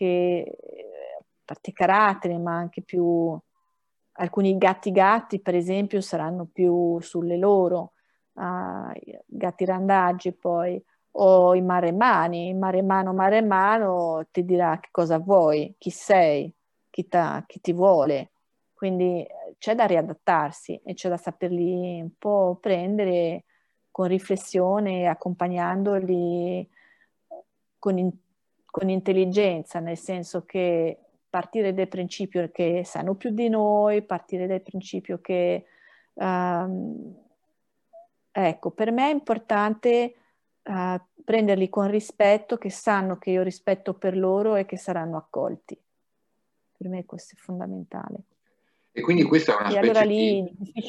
Speaker 2: parte carattere, ma anche più alcuni gatti, per esempio, saranno più sulle loro, gatti randaggi poi, o i maremmani, maremmano ti dirà che cosa vuoi, chi sei, chi ti vuole. Quindi c'è da riadattarsi e c'è da saperli un po' prendere con riflessione, accompagnandoli con, con intelligenza, nel senso che partire dal principio che sanno più di noi, partire dal principio che, ecco, per me è importante prenderli con rispetto, che sanno che io rispetto per loro e che saranno accolti. Per me questo è fondamentale.
Speaker 1: E quindi questa è una
Speaker 2: E allora
Speaker 1: specie di...
Speaker 2: lì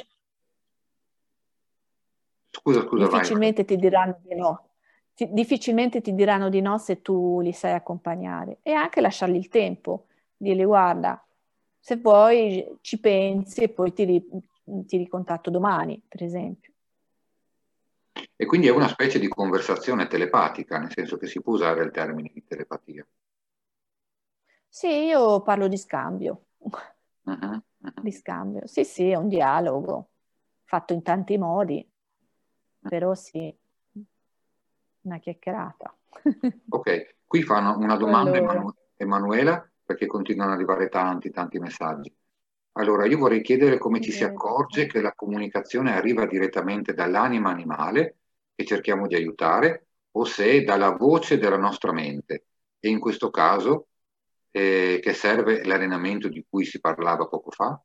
Speaker 1: Scusa, vai.
Speaker 2: difficilmente ti diranno di no. Difficilmente ti diranno di no se tu li sai accompagnare. E anche lasciargli il tempo, dirgli guarda, se vuoi ci pensi e poi ti ricontatto domani, per esempio.
Speaker 1: E quindi è una specie di conversazione telepatica, nel senso che si può usare il termine di telepatia.
Speaker 2: Sì, io parlo di scambio.
Speaker 1: Mhm, mhm.
Speaker 2: Di scambio. Sì, sì, è un dialogo fatto in tanti modi, però sì, una chiacchierata.
Speaker 1: Ok, qui fanno una domanda
Speaker 2: Allora,
Speaker 1: Emanuela, perché continuano ad arrivare tanti messaggi. Allora, io vorrei chiedere come ci si accorge che la comunicazione arriva direttamente dall'anima animale, che cerchiamo di aiutare, o se è dalla voce della nostra mente. E in questo caso, che serve l'allenamento di cui si parlava poco fa?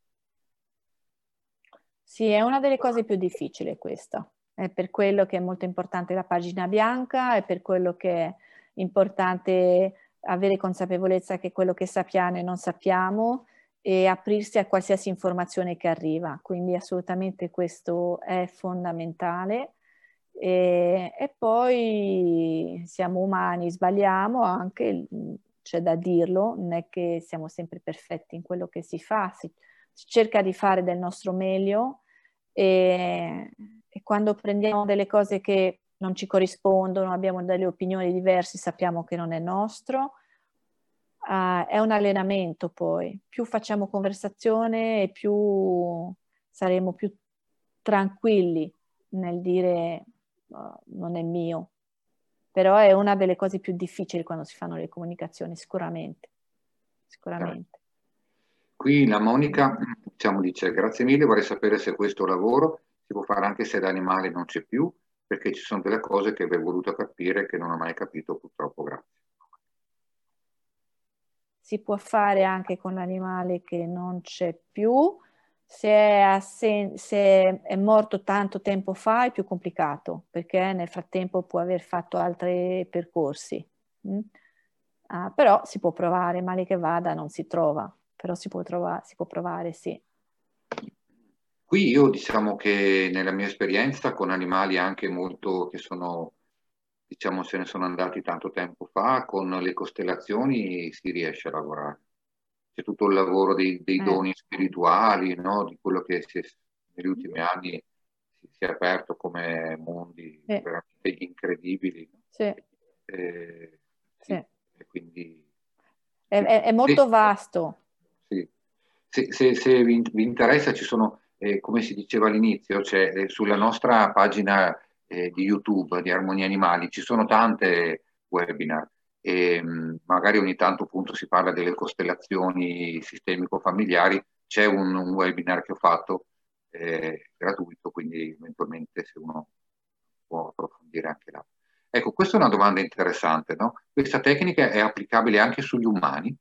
Speaker 2: sì, è una delle cose più difficili questa. È per quello che è molto importante la pagina bianca, è per quello che è importante avere consapevolezza che quello che sappiamo e non sappiamo e aprirsi a qualsiasi informazione che arriva. Quindi assolutamente questo è fondamentale. E poi siamo umani, sbagliamo anche, c'è da dirlo, non è che siamo sempre perfetti in quello che si fa, si cerca di fare del nostro meglio e quando prendiamo delle cose che non ci corrispondono, abbiamo delle opinioni diverse, sappiamo che non è nostro, è un allenamento poi. Più facciamo conversazione e più saremo più tranquilli nel dire non è mio. Però è una delle cose più difficili quando si fanno le comunicazioni, sicuramente. Sicuramente.
Speaker 1: Qui la Monica, diciamo, dice grazie mille, vorrei sapere se questo lavoro si può fare anche se l'animale non c'è più, perché ci sono delle cose che avrei voluto capire che non ho mai capito purtroppo, grazie.
Speaker 2: Si può fare anche con l'animale che non c'è più, se è morto tanto tempo fa è più complicato, perché nel frattempo può aver fatto altri percorsi. Però si può provare, male che vada non si trova, però si può provare, sì.
Speaker 1: Qui io diciamo che nella mia esperienza con animali anche molto che sono, diciamo, se ne sono andati tanto tempo fa, con le costellazioni si riesce a lavorare. C'è tutto il lavoro dei doni spirituali, no? Di quello che negli ultimi anni si è aperto come mondi veramente incredibili.
Speaker 2: Sì.
Speaker 1: Sì. E quindi
Speaker 2: è molto vasto.
Speaker 1: Sì. Se vi interessa, ci sono, come si diceva all'inizio, sulla nostra pagina di YouTube di Armonia Animali ci sono tante webinar e magari ogni tanto appunto si parla delle costellazioni sistemico-familiari. C'è un webinar che ho fatto gratuito, quindi eventualmente se uno può approfondire anche là. Ecco, questa è una domanda interessante, no? Questa tecnica è applicabile anche sugli umani?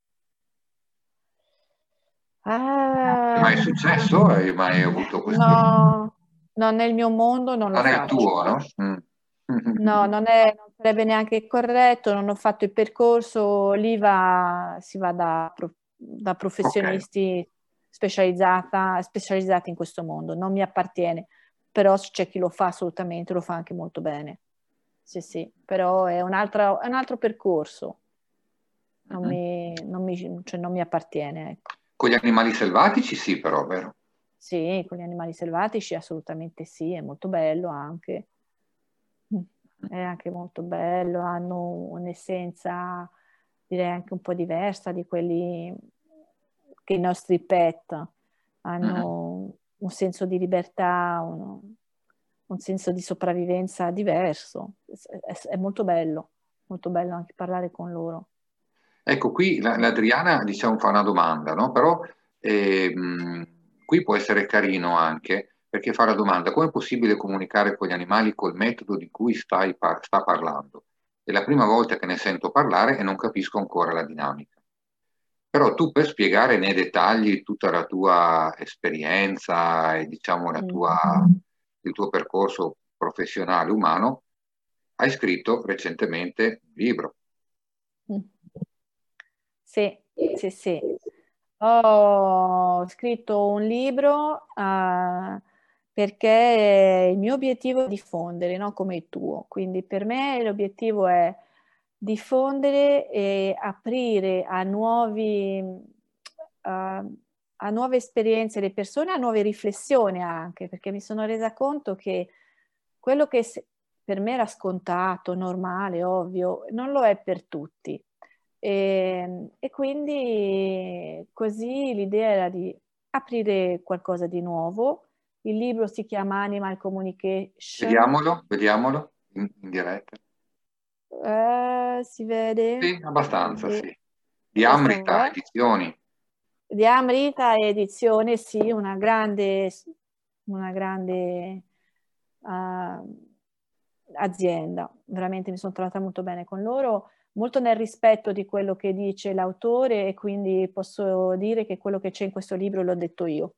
Speaker 1: Mai è successo? Hai mai avuto questo?
Speaker 2: No, nel mio mondo non lo
Speaker 1: Non è il
Speaker 2: faccio.
Speaker 1: tuo, no?
Speaker 2: No, non sarebbe neanche corretto, non ho fatto il percorso, lì si va da professionisti specializzati in questo mondo, non mi appartiene, però c'è chi lo fa assolutamente, lo fa anche molto bene. Sì, sì, però è un altro percorso, non mi appartiene, ecco.
Speaker 1: Con gli animali selvatici sì, però, vero?
Speaker 2: Sì, con gli animali selvatici assolutamente sì, è molto bello anche. È anche molto bello, hanno un'essenza direi anche un po' diversa di quelli che i nostri pet hanno, un senso di libertà, un senso di sopravvivenza diverso. È molto bello anche parlare con loro.
Speaker 1: Ecco, qui l'Adriana diciamo, fa una domanda, no? Però qui può essere carino anche perché fa la domanda: come è possibile comunicare con gli animali col metodo di cui sta parlando? È la prima volta che ne sento parlare e non capisco ancora la dinamica. Però tu per spiegare nei dettagli tutta la tua esperienza e diciamo il tuo percorso professionale umano, hai scritto recentemente un libro.
Speaker 2: Sì, sì, sì. Ho scritto un libro perché il mio obiettivo è diffondere, no? Come il tuo. Quindi per me l'obiettivo è diffondere e aprire a nuove esperienze le persone, a nuove riflessioni anche, perché mi sono resa conto che quello che per me era scontato, normale, ovvio, non lo è per tutti. E quindi così l'idea era di aprire qualcosa di nuovo. Il libro si chiama Animal Communication.
Speaker 1: Vediamolo in diretta.
Speaker 2: Si vede?
Speaker 1: Sì, abbastanza,
Speaker 2: Sì,
Speaker 1: sì. Di Amrita
Speaker 2: abbastanza.
Speaker 1: Edizioni.
Speaker 2: Di Amrita Edizione, sì, una grande azienda. Veramente mi sono trovata molto bene con loro, molto nel rispetto di quello che dice l'autore e quindi posso dire che quello che c'è in questo libro l'ho detto io.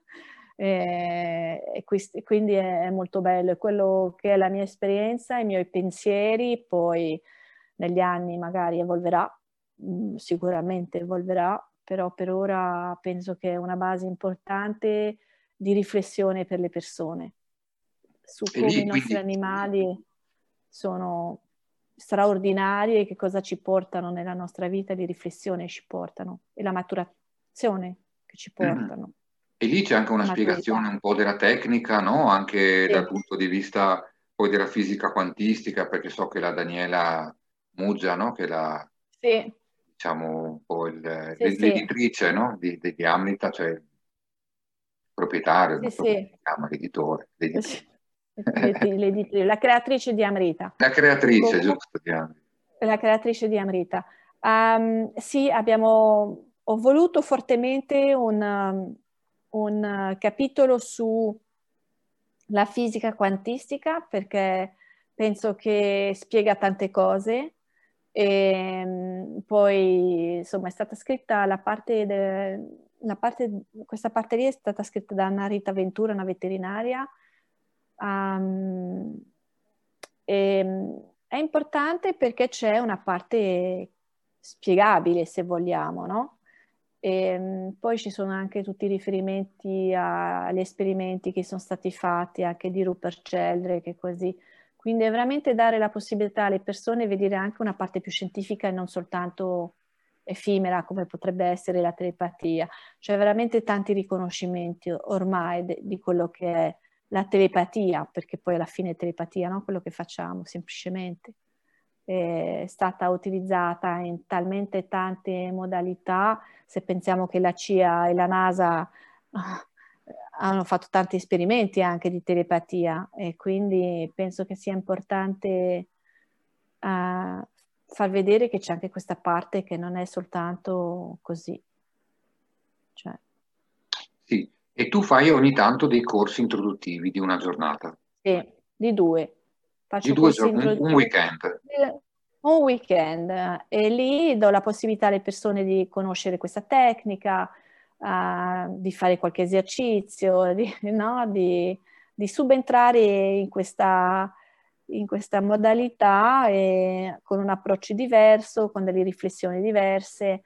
Speaker 2: E quindi è molto bello, è quello che è la mia esperienza, i miei pensieri, poi negli anni magari evolverà, sicuramente evolverà, però per ora penso che è una base importante di riflessione per le persone su
Speaker 1: E
Speaker 2: come
Speaker 1: lì
Speaker 2: i nostri
Speaker 1: quindi
Speaker 2: animali sono straordinari e che cosa ci portano nella nostra vita, di riflessione ci portano e la maturazione che ci portano.
Speaker 1: E lì c'è anche una
Speaker 2: La maturità.
Speaker 1: spiegazione un po' della tecnica, no? Anche dal
Speaker 2: Sì,
Speaker 1: punto di vista poi della fisica quantistica, perché so che la Daniela Muggia, no? Che è la,
Speaker 2: sì,
Speaker 1: diciamo, un po'
Speaker 2: sì, sì.
Speaker 1: l'editrice, no? Di Amrita, cioè proprietario,
Speaker 2: Sì,
Speaker 1: non so come
Speaker 2: sì.
Speaker 1: si chiama, l'editore,
Speaker 2: Sì. La creatrice di Amrita.
Speaker 1: la creatrice,
Speaker 2: Comunque,
Speaker 1: giusto?
Speaker 2: la creatrice di Amrita. Sì, ho voluto fortemente un capitolo sulla fisica quantistica perché penso che spiega tante cose. E poi, insomma, è stata scritta questa parte lì è stata scritta da Anna Rita Ventura, una veterinaria. Um, è importante perché c'è una parte spiegabile, se vogliamo, no? Poi ci sono anche tutti i riferimenti agli esperimenti che sono stati fatti anche di Rupert Sheldrake e così. Quindi è veramente dare la possibilità alle persone di vedere anche una parte più scientifica e non soltanto effimera come potrebbe essere la telepatia. C'è veramente tanti riconoscimenti ormai di quello che è la telepatia, perché poi alla fine è telepatia, no? Quello che facciamo semplicemente. È stata utilizzata in talmente tante modalità, se pensiamo che la CIA e la NASA hanno fatto tanti esperimenti anche di telepatia e quindi penso che sia importante far vedere che c'è anche questa parte che non è soltanto così. Cioè.
Speaker 1: Sì, e tu fai ogni tanto dei corsi introduttivi di una giornata,
Speaker 2: Sì, di due.
Speaker 1: di
Speaker 2: Faccio
Speaker 1: due
Speaker 2: corsi
Speaker 1: giorni, un
Speaker 2: introduttivi
Speaker 1: weekend.
Speaker 2: un weekend e lì do la possibilità alle persone di conoscere questa tecnica, di fare qualche esercizio, no? Di subentrare in questa modalità con un approccio diverso, con delle riflessioni diverse,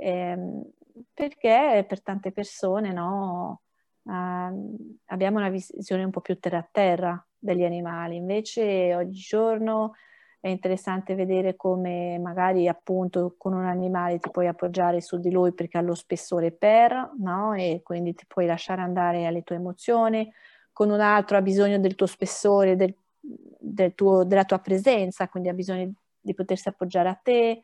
Speaker 2: perché per tante persone, no? Abbiamo una visione un po' più terra a terra degli animali. Invece oggigiorno è interessante vedere come magari appunto con un animale ti puoi appoggiare su di lui perché ha lo spessore per, no? E quindi ti puoi lasciare andare alle tue emozioni. Con un altro ha bisogno del tuo spessore, della tua presenza, quindi ha bisogno di potersi appoggiare a te.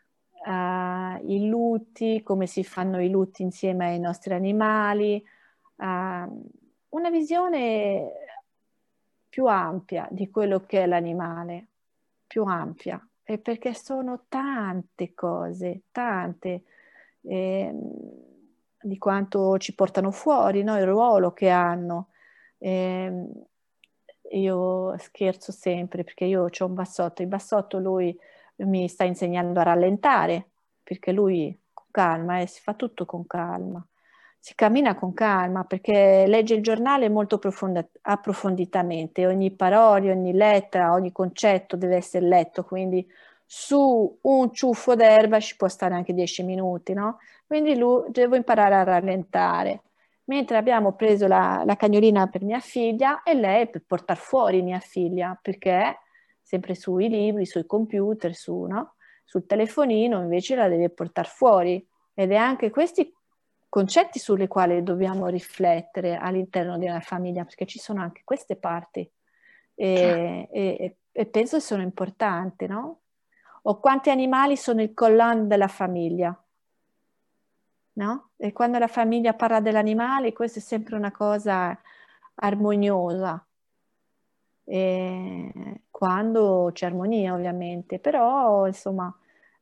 Speaker 2: I lutti, come si fanno i lutti insieme ai nostri animali, una visione più ampia di quello che è l'animale, più ampia, e perché sono tante cose, tante, di quanto ci portano fuori, no? Il ruolo che hanno. Eh, io scherzo sempre perché io ho un bassotto, il bassotto lui mi sta insegnando a rallentare, perché lui con calma, si fa tutto con calma, si cammina con calma, perché legge il giornale molto approfonditamente, ogni parola, ogni lettera, ogni concetto deve essere letto, quindi su un ciuffo d'erba ci può stare anche 10 minuti, no? Quindi lui, devo imparare a rallentare. Mentre abbiamo preso la cagnolina per mia figlia e lei per portare fuori mia figlia, perché sempre sui libri, sui computer, no? Sul telefonino invece la deve portare fuori. Ed è anche questi concetti sulle quali dobbiamo riflettere all'interno di una famiglia, perché ci sono anche queste parti e penso siano importanti, no? O quanti animali sono il collante della famiglia, no? E quando la famiglia parla dell'animale, questa è sempre una cosa armoniosa. Quando c'è armonia ovviamente, però insomma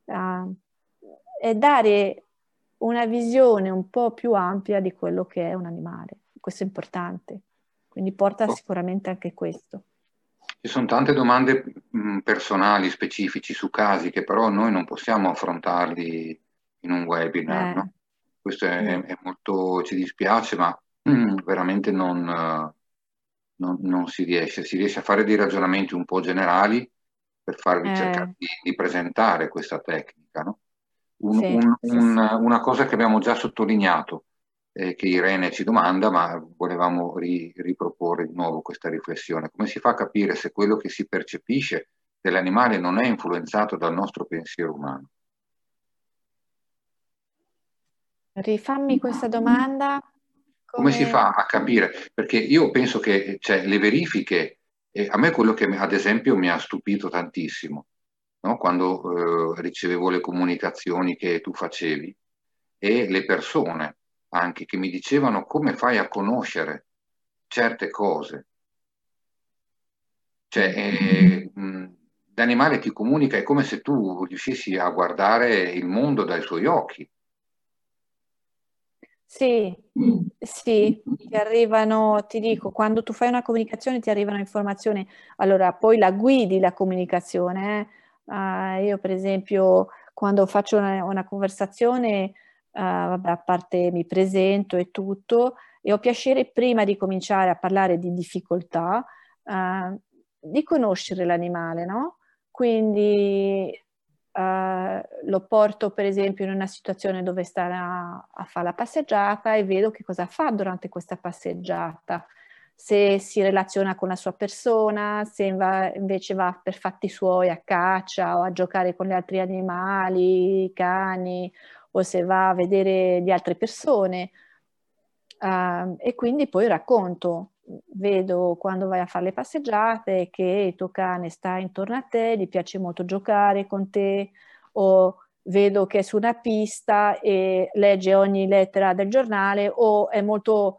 Speaker 2: è dare una visione un po' più ampia di quello che è un animale, questo è importante, quindi porta sicuramente anche questo.
Speaker 1: Ci sono tante domande personali, specifici su casi che però noi non possiamo affrontarli in un webinar, no? Questo è molto, ci dispiace, ma veramente non si riesce a fare dei ragionamenti un po' generali per farvi cercare di presentare questa tecnica, no?
Speaker 2: Sì, sì.
Speaker 1: Una cosa che abbiamo già sottolineato, che Irene ci domanda, ma volevamo riproporre di nuovo questa riflessione. Come si fa a capire se quello che si percepisce dell'animale non è influenzato dal nostro pensiero umano?
Speaker 2: Rifammi questa domanda.
Speaker 1: Come si fa a capire? Perché io penso che cioè, le verifiche, a me quello che ad esempio mi ha stupito tantissimo, no? Quando ricevevo le comunicazioni che tu facevi e le persone anche che mi dicevano come fai a conoscere certe cose. Cioè, l'animale ti comunica, è come se tu riuscissi a guardare il mondo dai suoi occhi.
Speaker 2: Sì, sì, ti arrivano, ti dico, quando tu fai una comunicazione ti arrivano informazioni, allora poi la guidi la comunicazione. Io per esempio quando faccio una conversazione, vabbè, a parte mi presento e tutto, e ho piacere prima di cominciare a parlare di difficoltà, di conoscere l'animale, no? Quindi lo porto per esempio in una situazione dove sta a fare la passeggiata e vedo che cosa fa durante questa passeggiata, se si relaziona con la sua persona, se invece va per fatti suoi a caccia o a giocare con gli altri animali, i cani, o se va a vedere le altre persone. E quindi poi racconto, vedo quando vai a fare le passeggiate che il tuo cane sta intorno a te, gli piace molto giocare con te, o vedo che è su una pista e legge ogni lettera del giornale, o è molto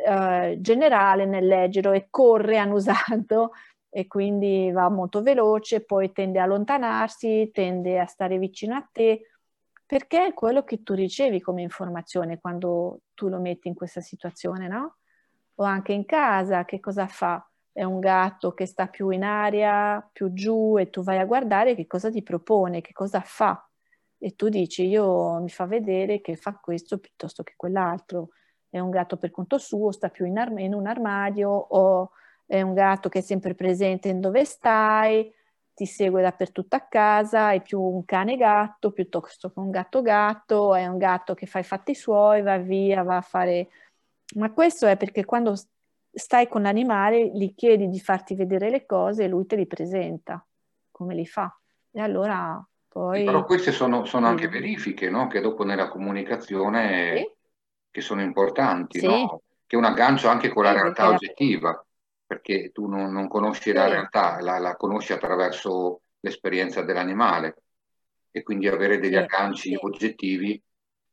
Speaker 2: generale nel leggerlo e corre annusando e quindi va molto veloce, poi tende a allontanarsi, tende a stare vicino a te, perché è quello che tu ricevi come informazione quando tu lo metti in questa situazione, no? O anche in casa, che cosa fa? È un gatto che sta più in aria, più giù, e tu vai a guardare che cosa ti propone, che cosa fa. E tu dici, io mi fa vedere che fa questo piuttosto che quell'altro. È un gatto per conto suo, sta più in un armadio, o è un gatto che è sempre presente in dove stai, ti segue dappertutto a casa, è più un cane gatto piuttosto che un gatto gatto, è un gatto che fa i fatti suoi, va via, va a fare... Ma questo è perché quando stai con l'animale gli chiedi di farti vedere le cose e lui te li presenta, come li fa. E allora
Speaker 1: Sì, però
Speaker 2: poi...
Speaker 1: queste sono anche
Speaker 2: Sì,
Speaker 1: verifiche, no? Che dopo nella comunicazione che sono importanti,
Speaker 2: sì,
Speaker 1: no? Che è un aggancio anche con la
Speaker 2: sì,
Speaker 1: realtà
Speaker 2: perché
Speaker 1: oggettiva, perché tu non conosci la
Speaker 2: sì,
Speaker 1: realtà, la conosci attraverso l'esperienza dell'animale e quindi avere degli
Speaker 2: sì,
Speaker 1: agganci
Speaker 2: sì,
Speaker 1: oggettivi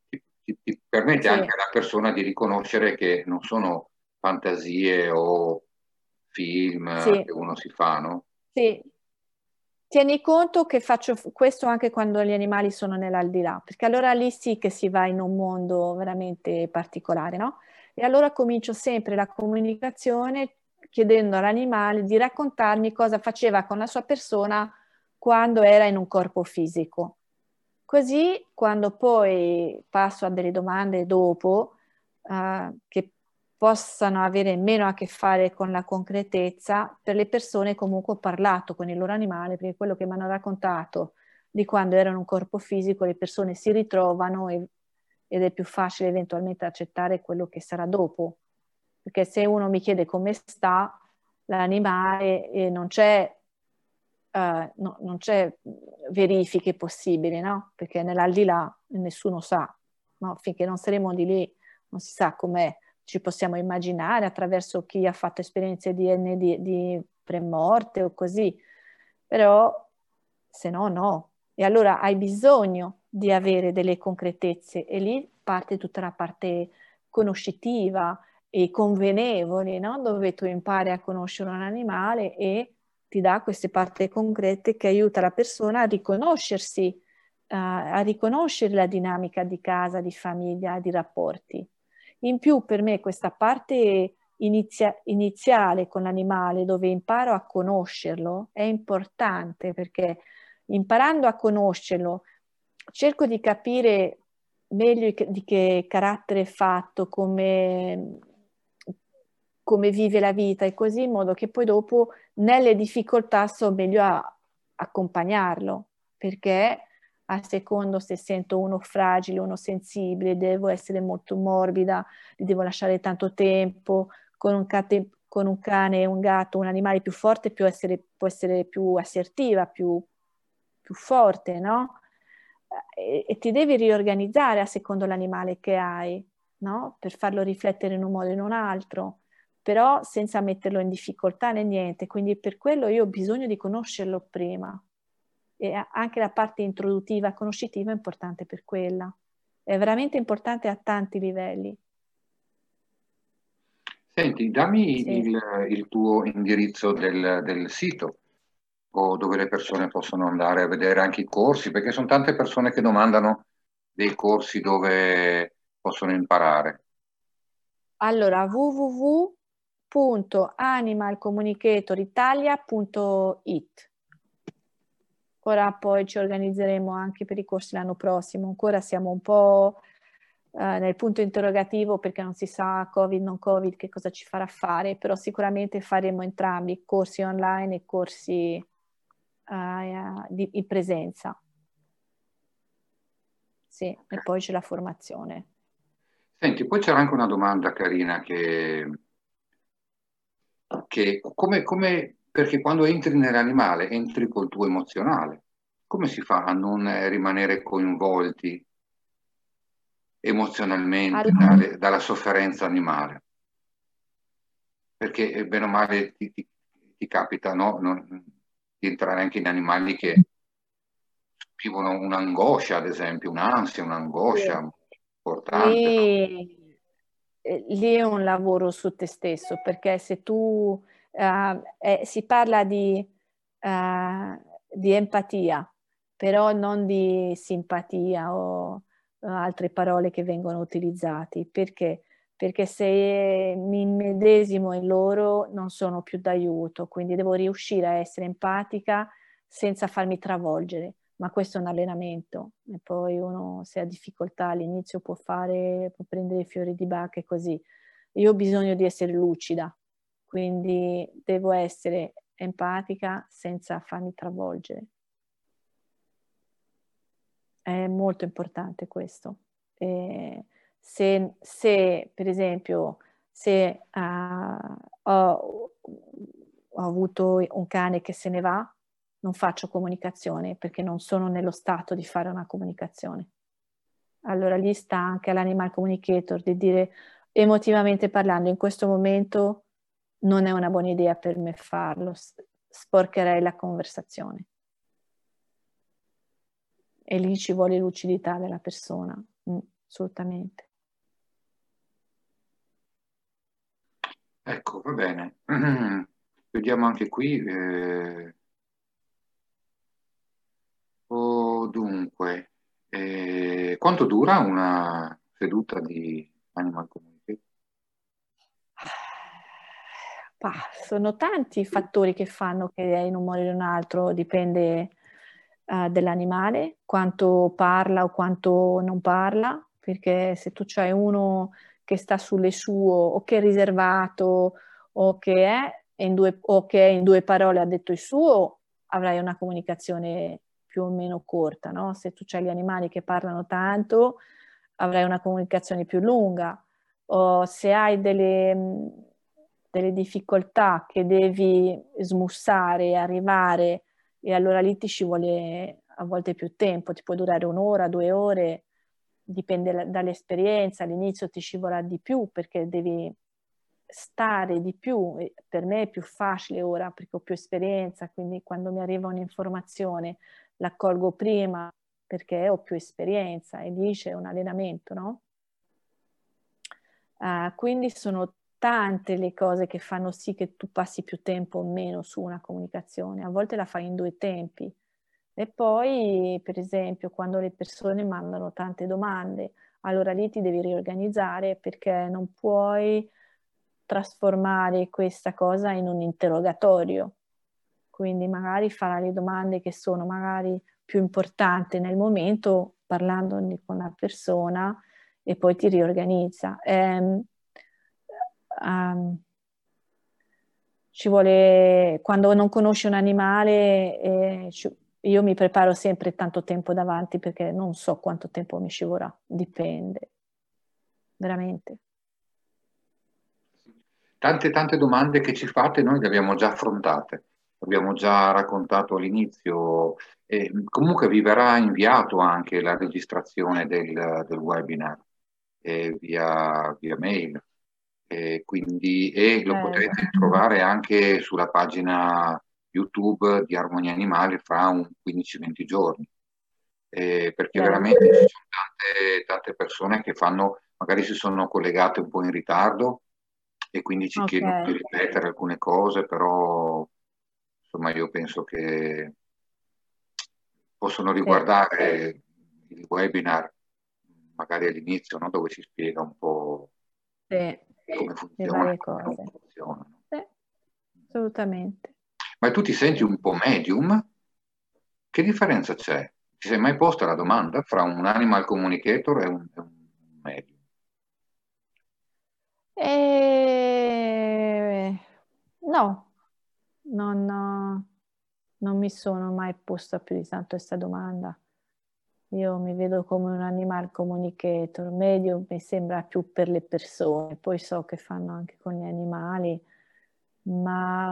Speaker 1: ti permette anche
Speaker 2: sì,
Speaker 1: alla persona di riconoscere che non sono fantasie o film
Speaker 2: sì,
Speaker 1: che uno si fa, no?
Speaker 2: sì. Tieni conto che faccio questo anche quando gli animali sono nell'aldilà, perché allora lì sì che si va in un mondo veramente particolare, no? E allora comincio sempre la comunicazione chiedendo all'animale di raccontarmi cosa faceva con la sua persona quando era in un corpo fisico. Così, quando poi passo a delle domande dopo, che possano avere meno a che fare con la concretezza, per le persone comunque ho parlato con il loro animale, perché quello che mi hanno raccontato di quando erano un corpo fisico, le persone si ritrovano ed è più facile eventualmente accettare quello che sarà dopo. Perché se uno mi chiede come sta l'animale e non c'è verifiche possibili, no? Perché nell'aldilà nessuno sa, no? Finché non saremo di lì non si sa com'è, ci possiamo immaginare attraverso chi ha fatto esperienze di premorte o così, però se no no. E allora hai bisogno di avere delle concretezze e lì parte tutta la parte conoscitiva e convenevoli, no? Dove tu impari a conoscere un animale e ti dà queste parti concrete che aiuta la persona a riconoscersi, a riconoscere la dinamica di casa, di famiglia, di rapporti. In più per me questa parte iniziale con l'animale, dove imparo a conoscerlo, è importante perché imparando a conoscerlo cerco di capire meglio di che carattere è fatto, come vive la vita e così, in modo che poi dopo nelle difficoltà so meglio a accompagnarlo, perché a secondo se sento uno fragile, uno sensibile, devo essere molto morbida, gli devo lasciare tanto tempo, con un cane, un gatto, un animale più forte può essere più assertiva, più forte, no? E ti devi riorganizzare a secondo l'animale che hai, no? Per farlo riflettere in un modo o in un altro, però senza metterlo in difficoltà né niente. Quindi per quello io ho bisogno di conoscerlo prima. E anche la parte introduttiva, conoscitiva è importante per quella. È veramente importante a tanti livelli.
Speaker 1: Senti, dammi
Speaker 2: Sì.
Speaker 1: il tuo indirizzo del sito o dove le persone possono andare a vedere anche i corsi, perché sono tante persone che domandano dei corsi dove possono imparare.
Speaker 2: Allora, www.animalcommunicatoritalia.it. Ora poi ci organizzeremo anche per i corsi l'anno prossimo. Ancora siamo un po' nel punto interrogativo perché non si sa Covid, non Covid, che cosa ci farà fare, però sicuramente faremo entrambi, corsi online e corsi in presenza. Sì, e
Speaker 1: Ok.
Speaker 2: poi c'è la formazione.
Speaker 1: Senti, poi c'era anche una domanda carina perché quando entri nell'animale entri col tuo emozionale, come si fa a non rimanere coinvolti emozionalmente
Speaker 2: Allora,
Speaker 1: dalla sofferenza animale? Perché bene o male ti capita, no? Di entrare anche in animali che vivono un'angoscia, ad esempio, un'ansia, un'angoscia importante, no?
Speaker 2: lì, lì è un lavoro su te stesso, perché se tu si parla di empatia, però non di simpatia o altre parole che vengono utilizzate. Perché? Perché se mi immedesimo in loro non sono più d'aiuto, quindi devo riuscire a essere empatica senza farmi travolgere, ma questo è un allenamento e poi uno se ha difficoltà all'inizio può prendere i fiori di Bach e così. Io ho bisogno di essere lucida, quindi devo essere empatica senza farmi travolgere. È molto importante questo. Se per esempio, se ho avuto un cane che se ne va, non faccio comunicazione perché non sono nello stato di fare una comunicazione. Allora lì sta anche all'animal communicator di dire emotivamente parlando, in questo momento non è una buona idea per me farlo, sporcherei la conversazione. E lì ci vuole lucidità della persona, assolutamente.
Speaker 1: Ecco, va bene. Vediamo anche qui. Dunque, quanto dura una seduta di Animal Communication?
Speaker 2: Sono tanti i fattori che fanno che in un modo o in un altro dipende dall'animale, quanto parla o quanto non parla, perché se tu c'hai uno che sta sulle sue o che è riservato o che in due parole ha detto il suo, avrai una comunicazione più o meno corta, no? Se tu c'hai gli animali che parlano tanto, avrai una comunicazione più lunga o se hai delle difficoltà che devi smussare e arrivare, e allora lì ti ci vuole a volte più tempo, ti può durare un'ora, 2 ore, dipende dall'esperienza, all'inizio ti scivola di più perché devi stare di più, per me è più facile ora perché ho più esperienza, quindi quando mi arriva un'informazione l'accolgo prima perché ho più esperienza e lì c'è un allenamento, no? Quindi sono tante le cose che fanno sì che tu passi più tempo o meno su una comunicazione. A volte la fai in due tempi. E poi, per esempio, quando le persone mandano tante domande, allora lì ti devi riorganizzare perché non puoi trasformare questa cosa in un interrogatorio. Quindi magari farà le domande che sono magari più importanti nel momento, parlandone con la persona e poi ti riorganizza. Um, Ci vuole, quando non conosci un animale, io mi preparo sempre tanto tempo davanti perché non so quanto tempo mi ci vorrà, dipende, veramente.
Speaker 1: Tante domande che ci fate, noi le abbiamo già affrontate, abbiamo già raccontato all'inizio e comunque vi verrà inviato anche la registrazione del webinar via mail e lo potrete trovare anche sulla pagina YouTube di Armonia Animale fra un 15-20 giorni. Perché
Speaker 2: Bello.
Speaker 1: veramente ci sono tante persone che magari si sono collegate un po' in ritardo e quindi ci
Speaker 2: Ok,
Speaker 1: chiedono di ripetere alcune cose, però insomma io penso che possono
Speaker 2: sì,
Speaker 1: riguardare il webinar magari all'inizio, no? Dove si spiega un po'
Speaker 2: sì,
Speaker 1: come
Speaker 2: le
Speaker 1: funziona e
Speaker 2: varie
Speaker 1: come non
Speaker 2: cose.
Speaker 1: funziona. No?
Speaker 2: Sì, assolutamente.
Speaker 1: Ma tu ti senti
Speaker 2: Sì.
Speaker 1: un po' medium? Che differenza c'è? Ti sei mai posta la domanda fra un animal communicator e un medium?
Speaker 2: No, non mi sono mai posta più di tanto questa domanda. Io mi vedo come un animal communicator, medium mi sembra più per le persone, poi so che fanno anche con gli animali, ma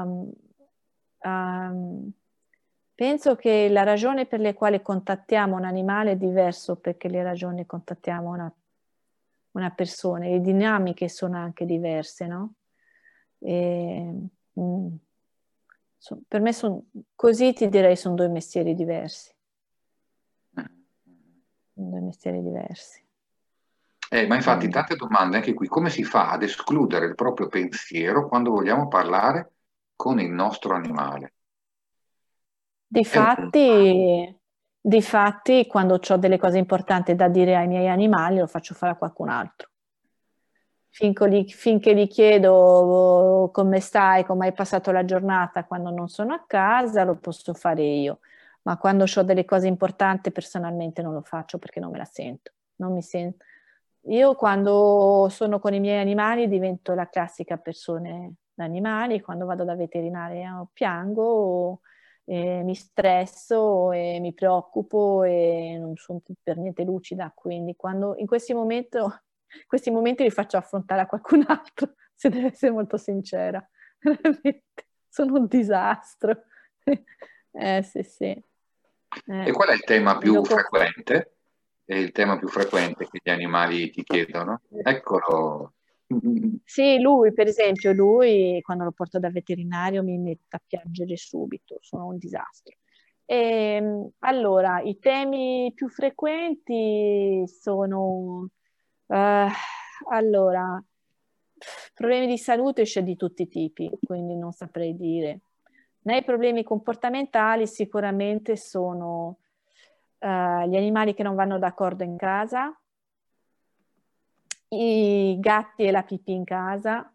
Speaker 2: ehm, penso che la ragione per la quale contattiamo un animale è diverso perché le ragioni contattiamo una persona, le dinamiche sono anche diverse, no? E, mm, per me così ti direi sono due mestieri diversi, due mestieri diversi.
Speaker 1: Ma infatti
Speaker 2: Mm.
Speaker 1: tante domande anche qui, come si fa ad escludere il proprio pensiero quando vogliamo parlare con il nostro animale? È un...
Speaker 2: Difatti, quando ho delle cose importanti da dire ai miei animali, lo faccio fare a qualcun altro. Finché gli chiedo come stai, come hai passato la giornata quando non sono a casa, lo posso fare io. Ma quando ho delle cose importanti, personalmente non lo faccio perché non me la sento. Non mi sento. Io quando sono con i miei animali divento la classica persona da animali, quando vado da veterinaria piango, mi stresso e mi preoccupo e non sono per niente lucida. Quindi in questi momenti li faccio affrontare a qualcun altro, se deve essere molto sincera. Veramente, sono un disastro. Sì, sì.
Speaker 1: E qual è il tema
Speaker 2: Mi lo
Speaker 1: più
Speaker 2: conf-
Speaker 1: frequente? È il tema più frequente che gli animali ti chiedono? Eccolo.
Speaker 2: Sì, lui, per esempio, lui quando lo porto dal veterinario mi mette a piangere subito, sono un disastro. Allora, i temi più frequenti sono, eh, allora, problemi di salute c'è di tutti i tipi, quindi non saprei dire. Nei problemi comportamentali sicuramente sono gli animali che non vanno d'accordo in casa, i gatti e la pipì in casa.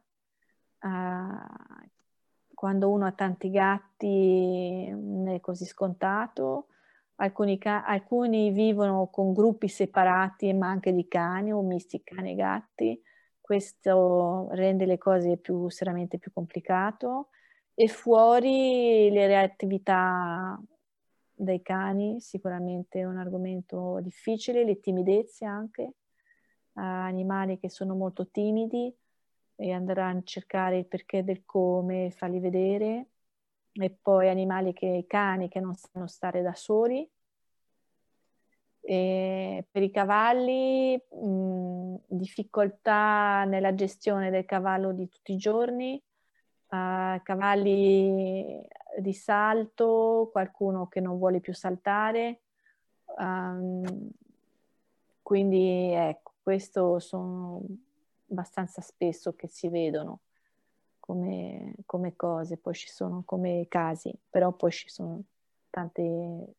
Speaker 2: Quando uno ha tanti gatti non è così scontato. Alcuni vivono con gruppi separati, ma anche di cani o misti cani e gatti. Questo rende le cose seriamente più complicato. E fuori le reattività dei cani, sicuramente è un argomento difficile, le timidezze anche, animali che sono molto timidi e andrà a cercare il perché del come, farli vedere, e poi cani che non sanno stare da soli. E per i cavalli, difficoltà nella gestione del cavallo di tutti i giorni, cavalli di salto, qualcuno che non vuole più saltare. Um, quindi ecco, questo sono abbastanza spesso che si vedono come cose, poi ci sono come casi, però poi ci sono tante,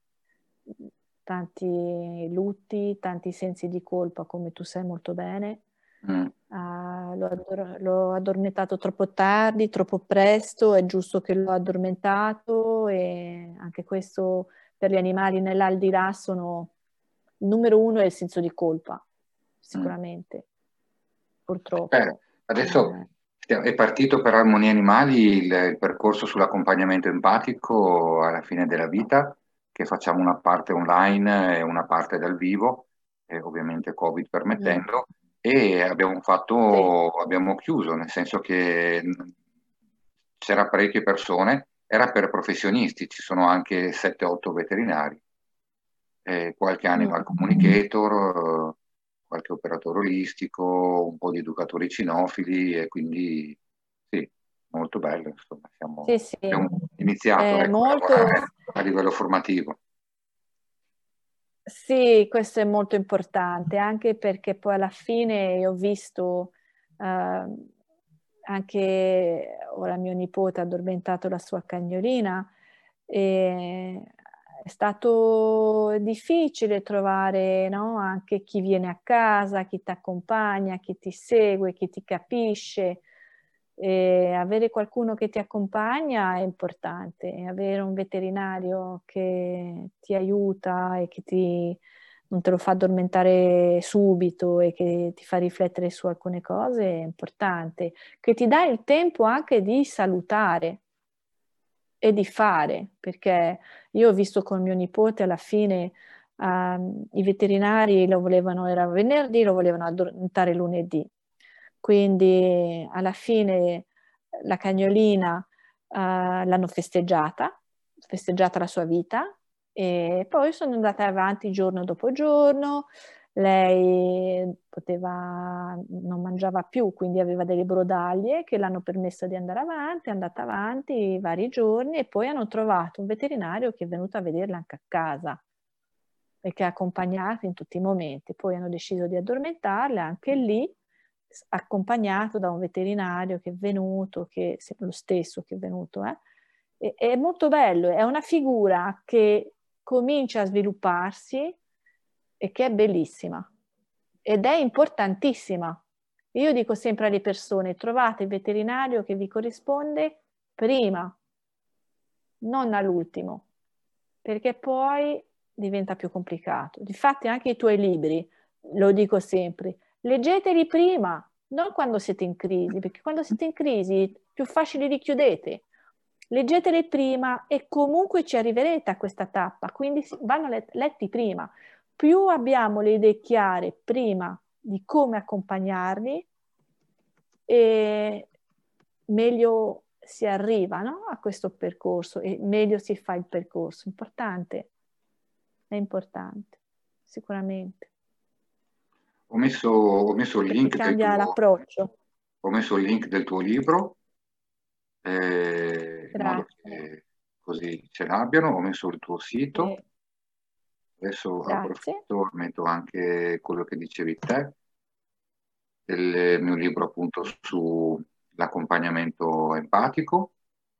Speaker 2: tanti lutti, tanti sensi di colpa, come tu sai molto bene.
Speaker 1: Mm.
Speaker 2: L'ho addormentato troppo tardi, troppo presto, è giusto che l'ho addormentato e anche questo per gli animali nell'aldilà sono il numero uno è il senso di colpa,
Speaker 1: Mm.
Speaker 2: sicuramente,
Speaker 1: Beh,
Speaker 2: purtroppo.
Speaker 1: adesso è partito per Armonia Animali il percorso sull'accompagnamento empatico alla fine della vita, che facciamo una parte online e una parte dal vivo, ovviamente Covid
Speaker 2: Mm,
Speaker 1: permettendo, e
Speaker 2: sì.
Speaker 1: abbiamo chiuso, nel senso che c'era parecchie persone, era per professionisti, ci sono anche 7-8 veterinari, qualche
Speaker 2: Mm.
Speaker 1: animal communicator, qualche operatore olistico, un po' di educatori cinofili e quindi sì, molto bello, insomma,
Speaker 2: Sì, sì,
Speaker 1: abbiamo iniziato
Speaker 2: è
Speaker 1: ecco, a
Speaker 2: molto,
Speaker 1: lavorare a livello formativo.
Speaker 2: sì, questo è molto importante, anche perché poi alla fine ho visto, eh, anche ora mio nipote ha addormentato la sua cagnolina e è stato difficile trovare, no? Anche chi viene a casa, chi ti accompagna, chi ti segue, chi ti capisce. E avere qualcuno che ti accompagna è importante, avere un veterinario che ti aiuta e che non te lo fa addormentare subito e che ti fa riflettere su alcune cose è importante, che ti dà il tempo anche di salutare e di fare, perché io ho visto con mio nipote alla fine i veterinari lo volevano, era venerdì, lo volevano addormentare lunedì. Quindi alla fine la cagnolina l'hanno festeggiata la sua vita e poi sono andata avanti giorno dopo giorno. Lei non mangiava più, quindi aveva delle brodaglie che l'hanno permesso di andare avanti, è andata avanti vari giorni e poi hanno trovato un veterinario che è venuto a vederla anche a casa e che ha accompagnato in tutti i momenti. Poi hanno deciso di addormentarla anche lì, accompagnato da un veterinario che è venuto, che è lo stesso che è venuto. È molto bello, è una figura che comincia a svilupparsi e che è bellissima ed è importantissima. Io dico sempre alle persone, trovate il veterinario che vi corrisponde prima, non all'ultimo, perché poi diventa più complicato. Difatti anche i tuoi libri, lo dico sempre, leggeteli prima, non quando siete in crisi, perché quando siete in crisi più facile li chiudete. Leggeteli prima e comunque ci arriverete a questa tappa, quindi vanno letti prima. Più abbiamo le idee chiare prima di come accompagnarli, e meglio si arriva, no? A questo percorso e meglio si fa il percorso. È importante, sicuramente.
Speaker 1: Ho messo il
Speaker 2: Perché
Speaker 1: link
Speaker 2: cambia l'approccio.
Speaker 1: ho messo il link del tuo libro, in modo
Speaker 2: Grazie.
Speaker 1: che così ce l'abbiano. Ho messo il tuo sito. Adesso
Speaker 2: Grazie.
Speaker 1: approfitto, metto anche quello che dicevi te, del mio libro appunto sull'accompagnamento empatico.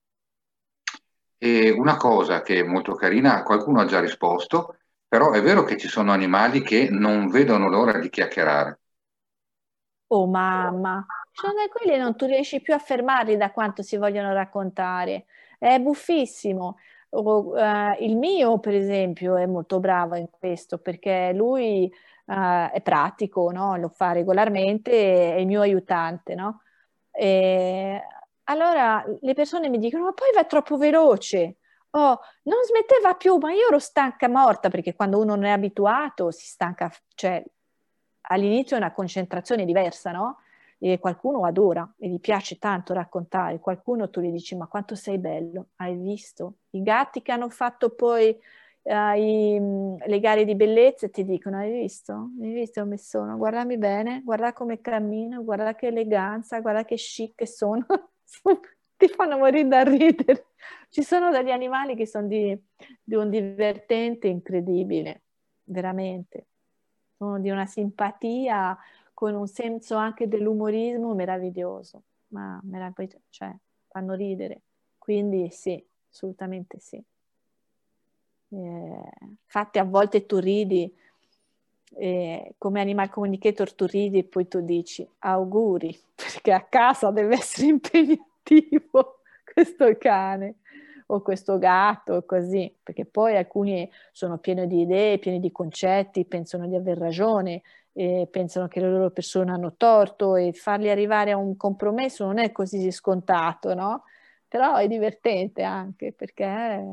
Speaker 1: E una cosa che è molto carina, qualcuno ha già risposto, però è vero che ci sono animali che non vedono l'ora di chiacchierare.
Speaker 2: Oh mamma, sono quelli non tu riesci più a fermarli da quanto si vogliono raccontare. È buffissimo. Il mio, per esempio, è molto bravo in questo perché lui è pratico, no? Lo fa regolarmente, è il mio aiutante, no? E allora le persone mi dicono: ma poi va troppo veloce. Oh, non smetteva più, ma io ero stanca morta perché quando uno non è abituato si stanca, cioè all'inizio è una concentrazione diversa, no? E qualcuno adora e gli piace tanto raccontare, qualcuno tu gli dici: ma quanto sei bello, hai visto? I gatti che hanno fatto poi le gare di bellezza ti dicono: hai visto? Hai visto come sono? Guardami bene, guarda come cammino, guarda che eleganza, guarda che chic che sono. Ti fanno morire da ridere. Ci sono degli animali che sono di un divertente incredibile, veramente. Sono di una simpatia con un senso anche dell'umorismo meraviglioso, ma meraviglioso, cioè fanno ridere. Quindi sì, assolutamente sì. Infatti a volte tu ridi, come animal communicator tu ridi e poi tu dici auguri, perché a casa deve essere impegnativo questo cane o questo gatto, così, perché poi alcuni sono pieni di idee, pieni di concetti, pensano di aver ragione, pensano che le loro persone hanno torto e farli arrivare a un compromesso non è così scontato, no? Però è divertente anche perché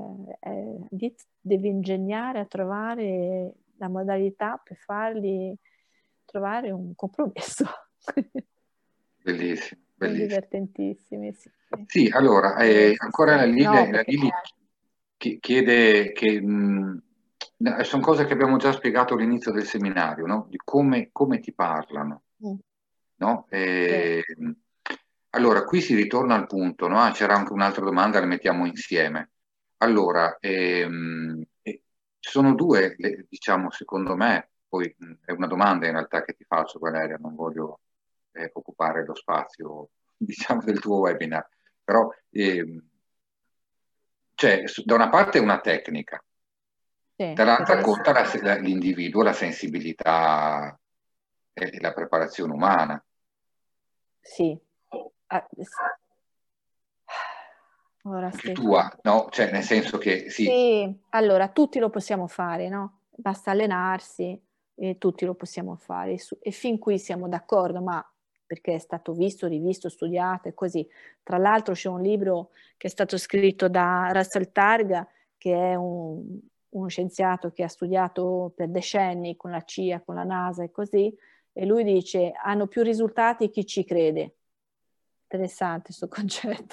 Speaker 2: devi ingegnare a trovare la modalità per farli trovare un compromesso.
Speaker 1: Bellissimo,
Speaker 2: Sono
Speaker 1: bellissimo.
Speaker 2: divertentissimi, sì.
Speaker 1: Sì, allora,
Speaker 2: Sì,
Speaker 1: ancora
Speaker 2: sì. No,
Speaker 1: La
Speaker 2: perché
Speaker 1: Lili chiede che, sono cose che abbiamo già spiegato all'inizio del seminario, no? Di come ti parlano,
Speaker 2: mm,
Speaker 1: no?
Speaker 2: sì.
Speaker 1: Allora, qui si ritorna al punto, no? Ah, c'era anche un'altra domanda, la mettiamo insieme. Allora, ci sono due, diciamo, secondo me, poi è una domanda in realtà che ti faccio, Valeria, non voglio occupare lo spazio diciamo, del tuo webinar, però cioè, da una parte è una tecnica,
Speaker 2: Sì, per
Speaker 1: dall'altra
Speaker 2: essere...
Speaker 1: conta l'individuo, la sensibilità e la preparazione umana.
Speaker 2: Sì. Ah, ora
Speaker 1: Anche
Speaker 2: Stefano.
Speaker 1: tua, no? Cioè, nel senso che sì,
Speaker 2: Sì, allora tutti lo possiamo fare, no? Basta allenarsi e tutti lo possiamo fare. E fin qui siamo d'accordo, ma perché è stato visto, rivisto, studiato e così. Tra l'altro c'è un libro che è stato scritto da Russell Targ, che è uno scienziato che ha studiato per decenni con la CIA, con la NASA e così, e lui dice hanno più risultati chi ci crede. Interessante questo concetto.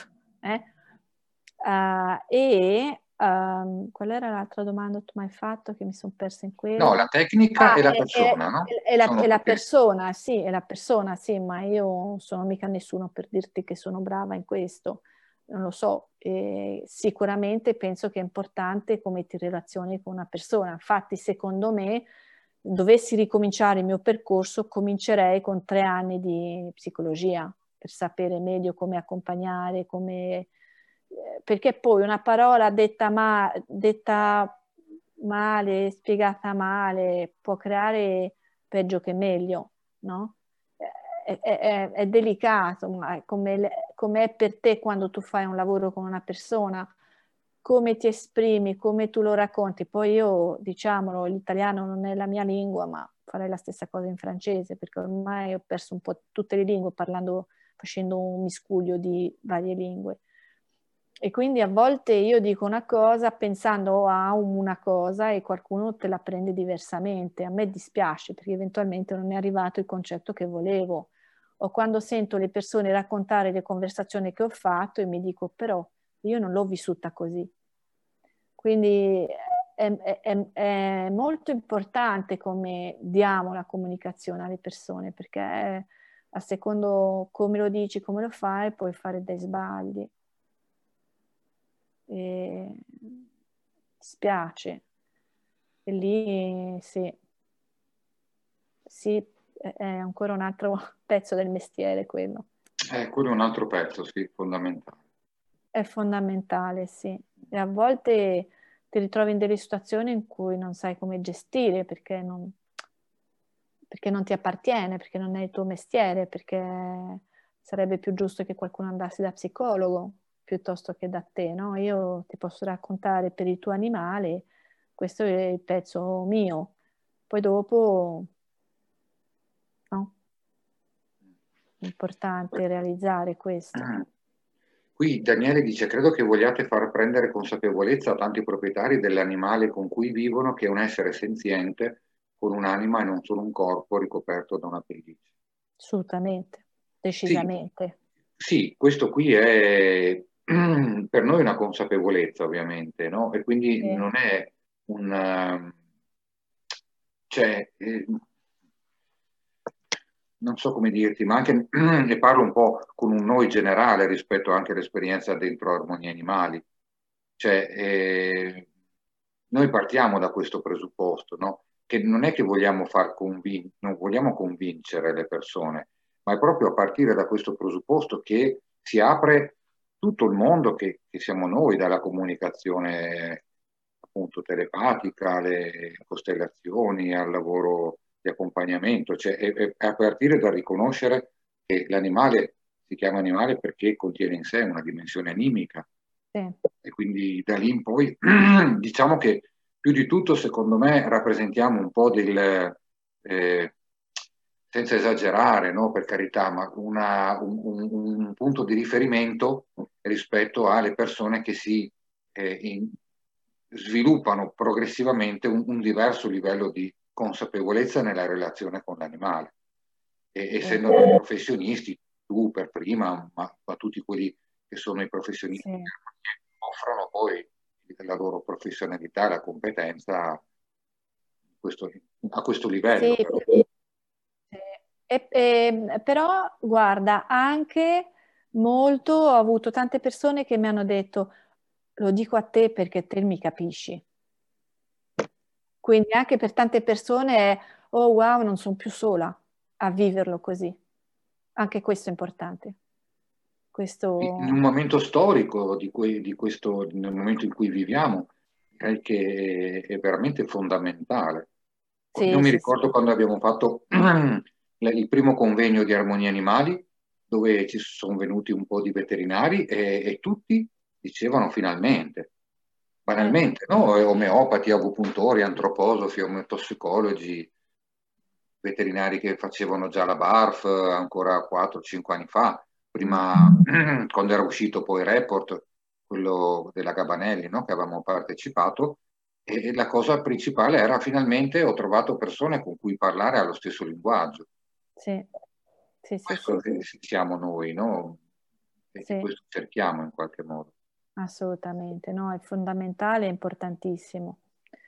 Speaker 2: Qual era l'altra domanda che tu mi hai fatto che mi sono persa in
Speaker 1: no, la
Speaker 2: quella?
Speaker 1: tecnica
Speaker 2: Ah,
Speaker 1: e la persona, no? Sono
Speaker 2: la
Speaker 1: perché
Speaker 2: persona, sì, è la persona, sì, ma io sono mica nessuno per dirti che sono brava in questo, non lo so. Sicuramente penso che è importante come ti relazioni con una persona. Infatti, secondo me, dovessi ricominciare il mio percorso, comincerei con 3 anni di psicologia per sapere meglio come accompagnare, come perché poi una parola detta male, spiegata male, può creare peggio che meglio, no? È delicato, ma come è per te quando tu fai un lavoro con una persona, come ti esprimi, come tu lo racconti. Poi io, diciamolo, l'italiano non è la mia lingua, ma farei la stessa cosa in francese, perché ormai ho perso un po' tutte le lingue facendo un miscuglio di varie lingue. E quindi a volte io dico una cosa pensando a una cosa e qualcuno te la prende diversamente. A me dispiace perché eventualmente non è arrivato il concetto che volevo. O quando sento le persone raccontare le conversazioni che ho fatto e mi dico però io non l'ho vissuta così. Quindi è molto importante come diamo la comunicazione alle persone perché a secondo come lo dici, come lo fai, puoi fare dei sbagli. E spiace. E lì sì, sì, è ancora un altro pezzo del mestiere quello.
Speaker 1: quello è un altro pezzo, sì, fondamentale.
Speaker 2: È fondamentale, sì. E a volte ti ritrovi in delle situazioni in cui non sai come gestire perché non ti appartiene, perché non è il tuo mestiere, perché sarebbe più giusto che qualcuno andasse da psicologo piuttosto che da te, no? Io ti posso raccontare per il tuo animale, questo è il pezzo mio. Poi dopo, no? È importante realizzare questo.
Speaker 1: Qui Daniele dice, credo che vogliate far prendere consapevolezza a tanti proprietari dell'animale con cui vivono che è un essere senziente con un'anima e non solo un corpo ricoperto da una pelliccia.
Speaker 2: Assolutamente,
Speaker 1: Sì,
Speaker 2: decisamente.
Speaker 1: sì, questo qui è per noi una consapevolezza ovviamente, no? E quindi
Speaker 2: Sì,
Speaker 1: non è un... cioè, non so come dirti, ma anche ne parlo un po' con un noi generale rispetto anche all'esperienza dentro Armonia Animali. Cioè, noi partiamo da questo presupposto, no? Che non è che non vogliamo convincere le persone, ma è proprio a partire da questo presupposto che si apre tutto il mondo che siamo noi, dalla comunicazione appunto telepatica, alle costellazioni, al lavoro di accompagnamento, cioè è a partire dal riconoscere che l'animale si chiama animale perché contiene in sé una dimensione animica
Speaker 2: sì,
Speaker 1: e quindi da lì in poi diciamo che più di tutto secondo me rappresentiamo un po' eh, senza esagerare, no, per carità, ma un punto di riferimento rispetto alle persone che sviluppano progressivamente un diverso livello di consapevolezza nella relazione con l'animale. E,
Speaker 2: sì,
Speaker 1: essendo noi professionisti, tu per prima, ma tutti quelli che sono i professionisti
Speaker 2: sì.
Speaker 1: che offrono poi la loro professionalità e la competenza a questo
Speaker 2: Sì,
Speaker 1: livello. Però.
Speaker 2: però guarda, anche molto ho avuto tante persone che mi hanno detto, lo dico a te perché te mi capisci. Quindi anche per tante persone è, oh wow, non sono più sola a viverlo così. Anche questo è importante.
Speaker 1: In
Speaker 2: Questo
Speaker 1: un momento storico di questo, nel momento in cui viviamo, direi che è veramente fondamentale. Io
Speaker 2: sì,
Speaker 1: mi
Speaker 2: sì, sì,
Speaker 1: ricordo quando abbiamo fatto il primo convegno di armonia animali, dove ci sono venuti un po' di veterinari e tutti dicevano finalmente,
Speaker 2: certo.
Speaker 1: banalmente, no? Omeopati, agopuntori, antroposofi, omeotossicologi, veterinari che facevano già la BARF ancora 4-5 anni fa,
Speaker 2: Mm.
Speaker 1: prima quando era uscito poi il report, quello della Gabanelli, no? Che avevamo partecipato, e la cosa principale era finalmente ho trovato persone con cui parlare allo stesso linguaggio.
Speaker 2: Sì, sì, sì,
Speaker 1: Questo
Speaker 2: sì,
Speaker 1: siamo noi, no? E
Speaker 2: sì,
Speaker 1: questo cerchiamo in qualche modo.
Speaker 2: assolutamente, no, è fondamentale, è importantissimo.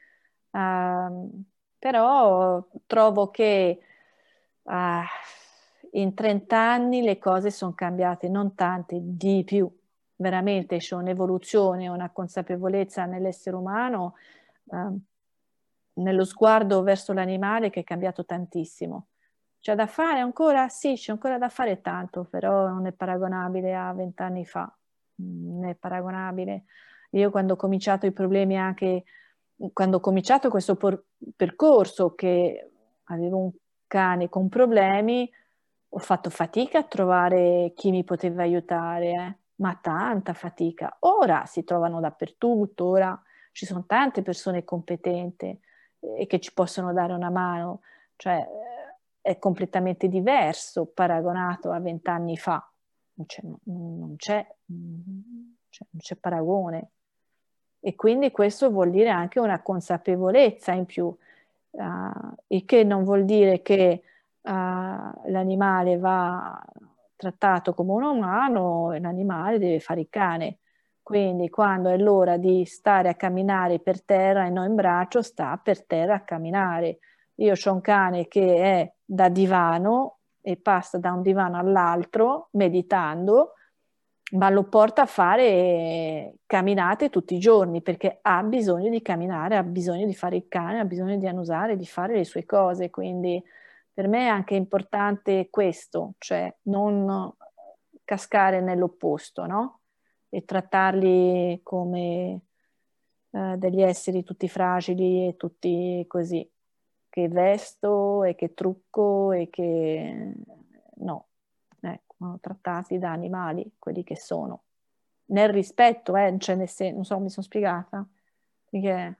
Speaker 2: Però trovo che ah, in 30 anni le cose sono cambiate, non tante, di più. Veramente c'è un'evoluzione, una consapevolezza nell'essere umano, ehm, nello sguardo verso l'animale che è cambiato tantissimo. C'è da fare ancora? Sì, c'è ancora da fare tanto, però non è paragonabile a 20 anni fa. Non è paragonabile. Io quando ho cominciato i problemi anche, quando ho cominciato questo percorso che avevo un cane con problemi, ho fatto fatica a trovare chi mi poteva aiutare, ma tanta fatica. Ora si trovano dappertutto, ora ci sono tante persone competenti e che ci possono dare una mano, cioè è completamente diverso paragonato a 20 anni fa, non c'è paragone. E quindi questo vuol dire anche una consapevolezza in più, il che non vuol dire che l'animale va trattato come un umano e l'animale deve fare il cane. Quindi quando è l'ora di stare a camminare per terra e non in braccio, sta per terra a camminare. Io ho un cane che è da divano e passa da un divano all'altro meditando, ma lo porta a fare camminate tutti i giorni perché ha bisogno di camminare, ha bisogno di fare il cane, ha bisogno di annusare, di fare le sue cose. Quindi per me è anche importante questo, cioè non cascare nell'opposto, no? E trattarli come degli esseri tutti fragili e tutti così, che vesto e che trucco e che no, ecco, vanno trattati da animali, quelli che sono. Nel rispetto, cioè non so, mi sono spiegata? Perché,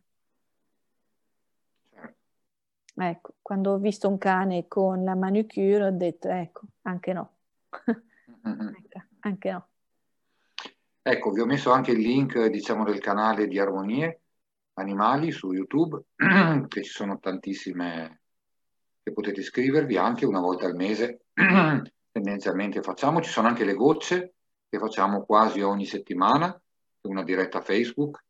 Speaker 2: ecco, quando ho visto un cane con la manicure ho detto, ecco, anche no. Ecco, anche no.
Speaker 1: Ecco, vi ho messo anche il link, diciamo, del canale di Armonie Animali su YouTube, che ci sono tantissime che potete iscrivervi anche una volta al mese, tendenzialmente facciamo. Ci sono anche le gocce che facciamo quasi ogni settimana, una diretta Facebook,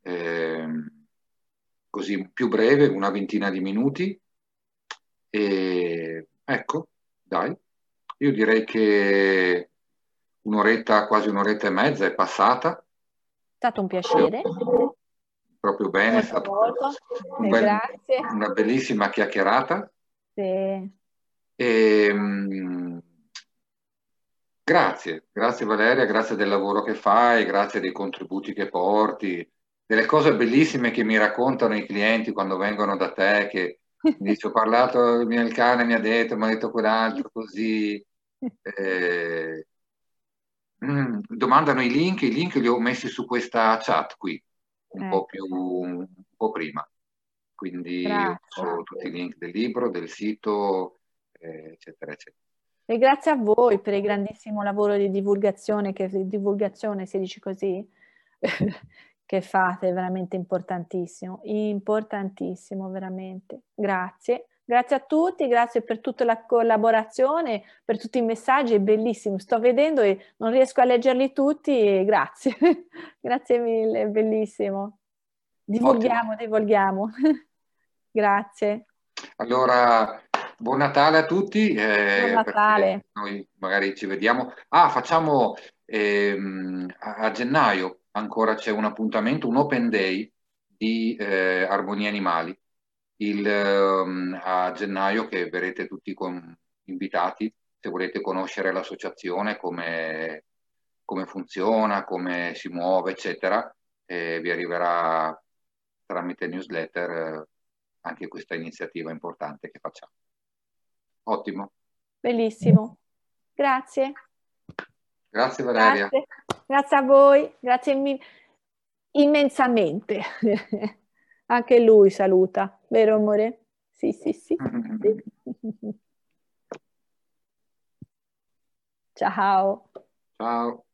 Speaker 1: così più breve, una ventina di minuti. E ecco, dai, io direi che un'oretta, quasi un'oretta e mezza è passata.
Speaker 2: È stato un
Speaker 1: Proprio,
Speaker 2: piacere,
Speaker 1: proprio bene, è
Speaker 2: molto
Speaker 1: stata
Speaker 2: molto, grazie.
Speaker 1: una bellissima chiacchierata.
Speaker 2: Sì.
Speaker 1: E, grazie, grazie Valeria, grazie del lavoro che fai, grazie dei contributi che porti, delle cose bellissime che mi raccontano i clienti quando vengono da te, che mi dice ho parlato, il cane mi ha detto quell'altro, così. Eh, domandano i link li ho messi su questa chat qui,
Speaker 2: Ecco,
Speaker 1: un po' prima. Quindi ho
Speaker 2: grazie.
Speaker 1: messo tutti i link del libro, del sito, eccetera, eccetera.
Speaker 2: E grazie a voi per il grandissimo lavoro di divulgazione, si dice così, che fate, è veramente importantissimo, importantissimo, veramente. Grazie. Grazie a tutti, grazie per tutta la collaborazione, per tutti i messaggi, è bellissimo. Sto vedendo e non riesco a leggerli tutti, e grazie. Grazie mille, è bellissimo.
Speaker 1: Ottimo.
Speaker 2: Divulghiamo, divulghiamo. Grazie.
Speaker 1: Allora, buon Natale a tutti,
Speaker 2: Buon
Speaker 1: perché
Speaker 2: Natale.
Speaker 1: noi magari ci vediamo. Ah, facciamo a gennaio ancora c'è un appuntamento, un open day di Armonia Animali. A gennaio che verrete tutti invitati se volete conoscere l'associazione, come come funziona, come si muove, eccetera, e vi arriverà tramite newsletter anche questa iniziativa importante che facciamo. Ottimo.
Speaker 2: Bellissimo. Grazie.
Speaker 1: Grazie Valeria.
Speaker 2: Grazie, grazie a voi, grazie immensamente. Anche lui saluta, vero amore? Sì, sì, sì. Ciao.
Speaker 1: Ciao.